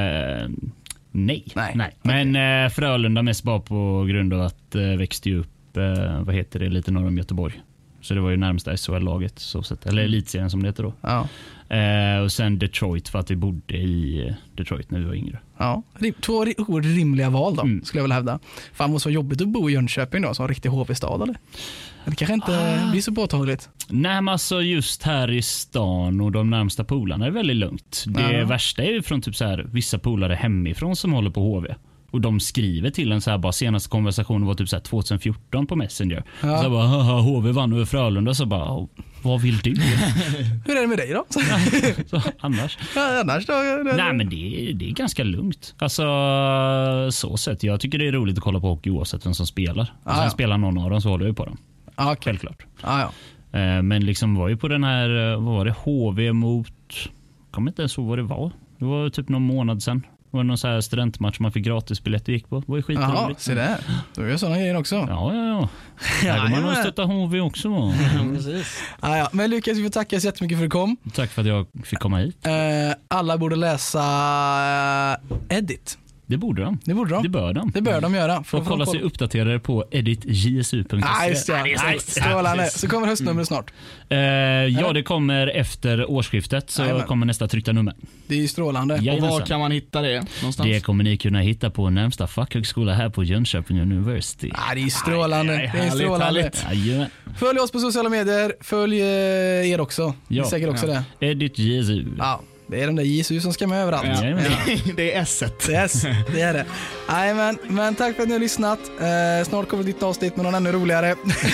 Eh, nej. Nej. nej. Men eh, Frölunda mest bara på grund av att eh, växte ju upp uppe, vad heter det, lite norr om Göteborg. Så det var ju närmsta S H L-laget, så sett. Eller elitserien som det heter då. Ja. Eh, och sen Detroit, för att vi bodde i Detroit när vi var yngre. Ja, två oerhört rimliga val då, Mm. skulle jag väl hävda. Fan, måste vara jobbigt att bo i Jönköping då, som en riktig H V-stad, eller? Det kanske inte Ah. blir så påtagligt. Nej, men alltså just här i stan och de närmsta polarna är väldigt lugnt. Det Ja. värsta är ju från typ så här, vissa polare hemifrån som håller på H V. Och de skriver till en så här, bara senaste konversationen var typ så här tjugohundrafjorton på Messenger. Ja. Och så bara, haha, H V vann över Frölunda. Så bara, vad vill du? Hur är det med dig då? Så, annars? Ja, annars då? Nej, men det är, det är ganska lugnt. Alltså, så sett. Jag tycker det är roligt att kolla på hockey oavsett vem som spelar. Och sen ja. spelar någon av dem så håller jag på dem. Ja, okej. Självklart. Ja, ja. Eh, Men liksom var ju på den här, vad var det, H V mot, jag kommer inte ens ihåg vad det var. Det var typ någon månad sedan. Det var någon så här studentmatch man fick gratisbiljetter gick på. Det var ju Jaha, skitroligt. se där. Då är det sådana grejer också. Ja, ja, ja. Här går man och stötta H V också. Va? Precis. Ja, ja. Men Lukas, vi får tacka så jättemycket för att du kom. Tack för att jag fick komma hit. Eh, alla borde läsa eh, Edit. Det borde de. Det borde de. Det bör de. Det bör de göra. Får kolla sig uppdaterade på edit j s u punkt Ja, se. just det. Nice. Strålande. Så kommer höstnumret snart. Eh, ja, det kommer efter årsskiftet så Jajamän. kommer nästa tryckta nummer. Det är ju strålande. Och Jajamensan. var kan man hitta det någonstans? Det kommer ni kunna hitta på närmsta fackhögskola här på Jönköping University. Ja, det är strålande. Aj, aj, det är härligt, strålande. härligt. Jajamän. Följ oss på sociala medier. Följ eh, er också. Ni är Ja. säkert också Ja. det. Edit J S U. Ja, det är den där Jesus som ska med överallt. Ja. Jajamän. Det är S-et. Yes, det är det. Nej, men, men tack för att ni har lyssnat. Eh, snart kommer ett nytt avsnitt med någon ännu roligare.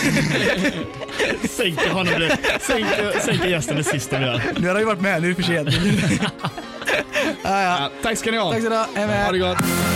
Sänker honom det. Sänker, sänker gästen det sista vi gör. Nu har jag ju varit med, nu är det för sent. Ja, ja. Ja, tack ska ni ha. Tack så du ha. Hej med er. Ha det gott.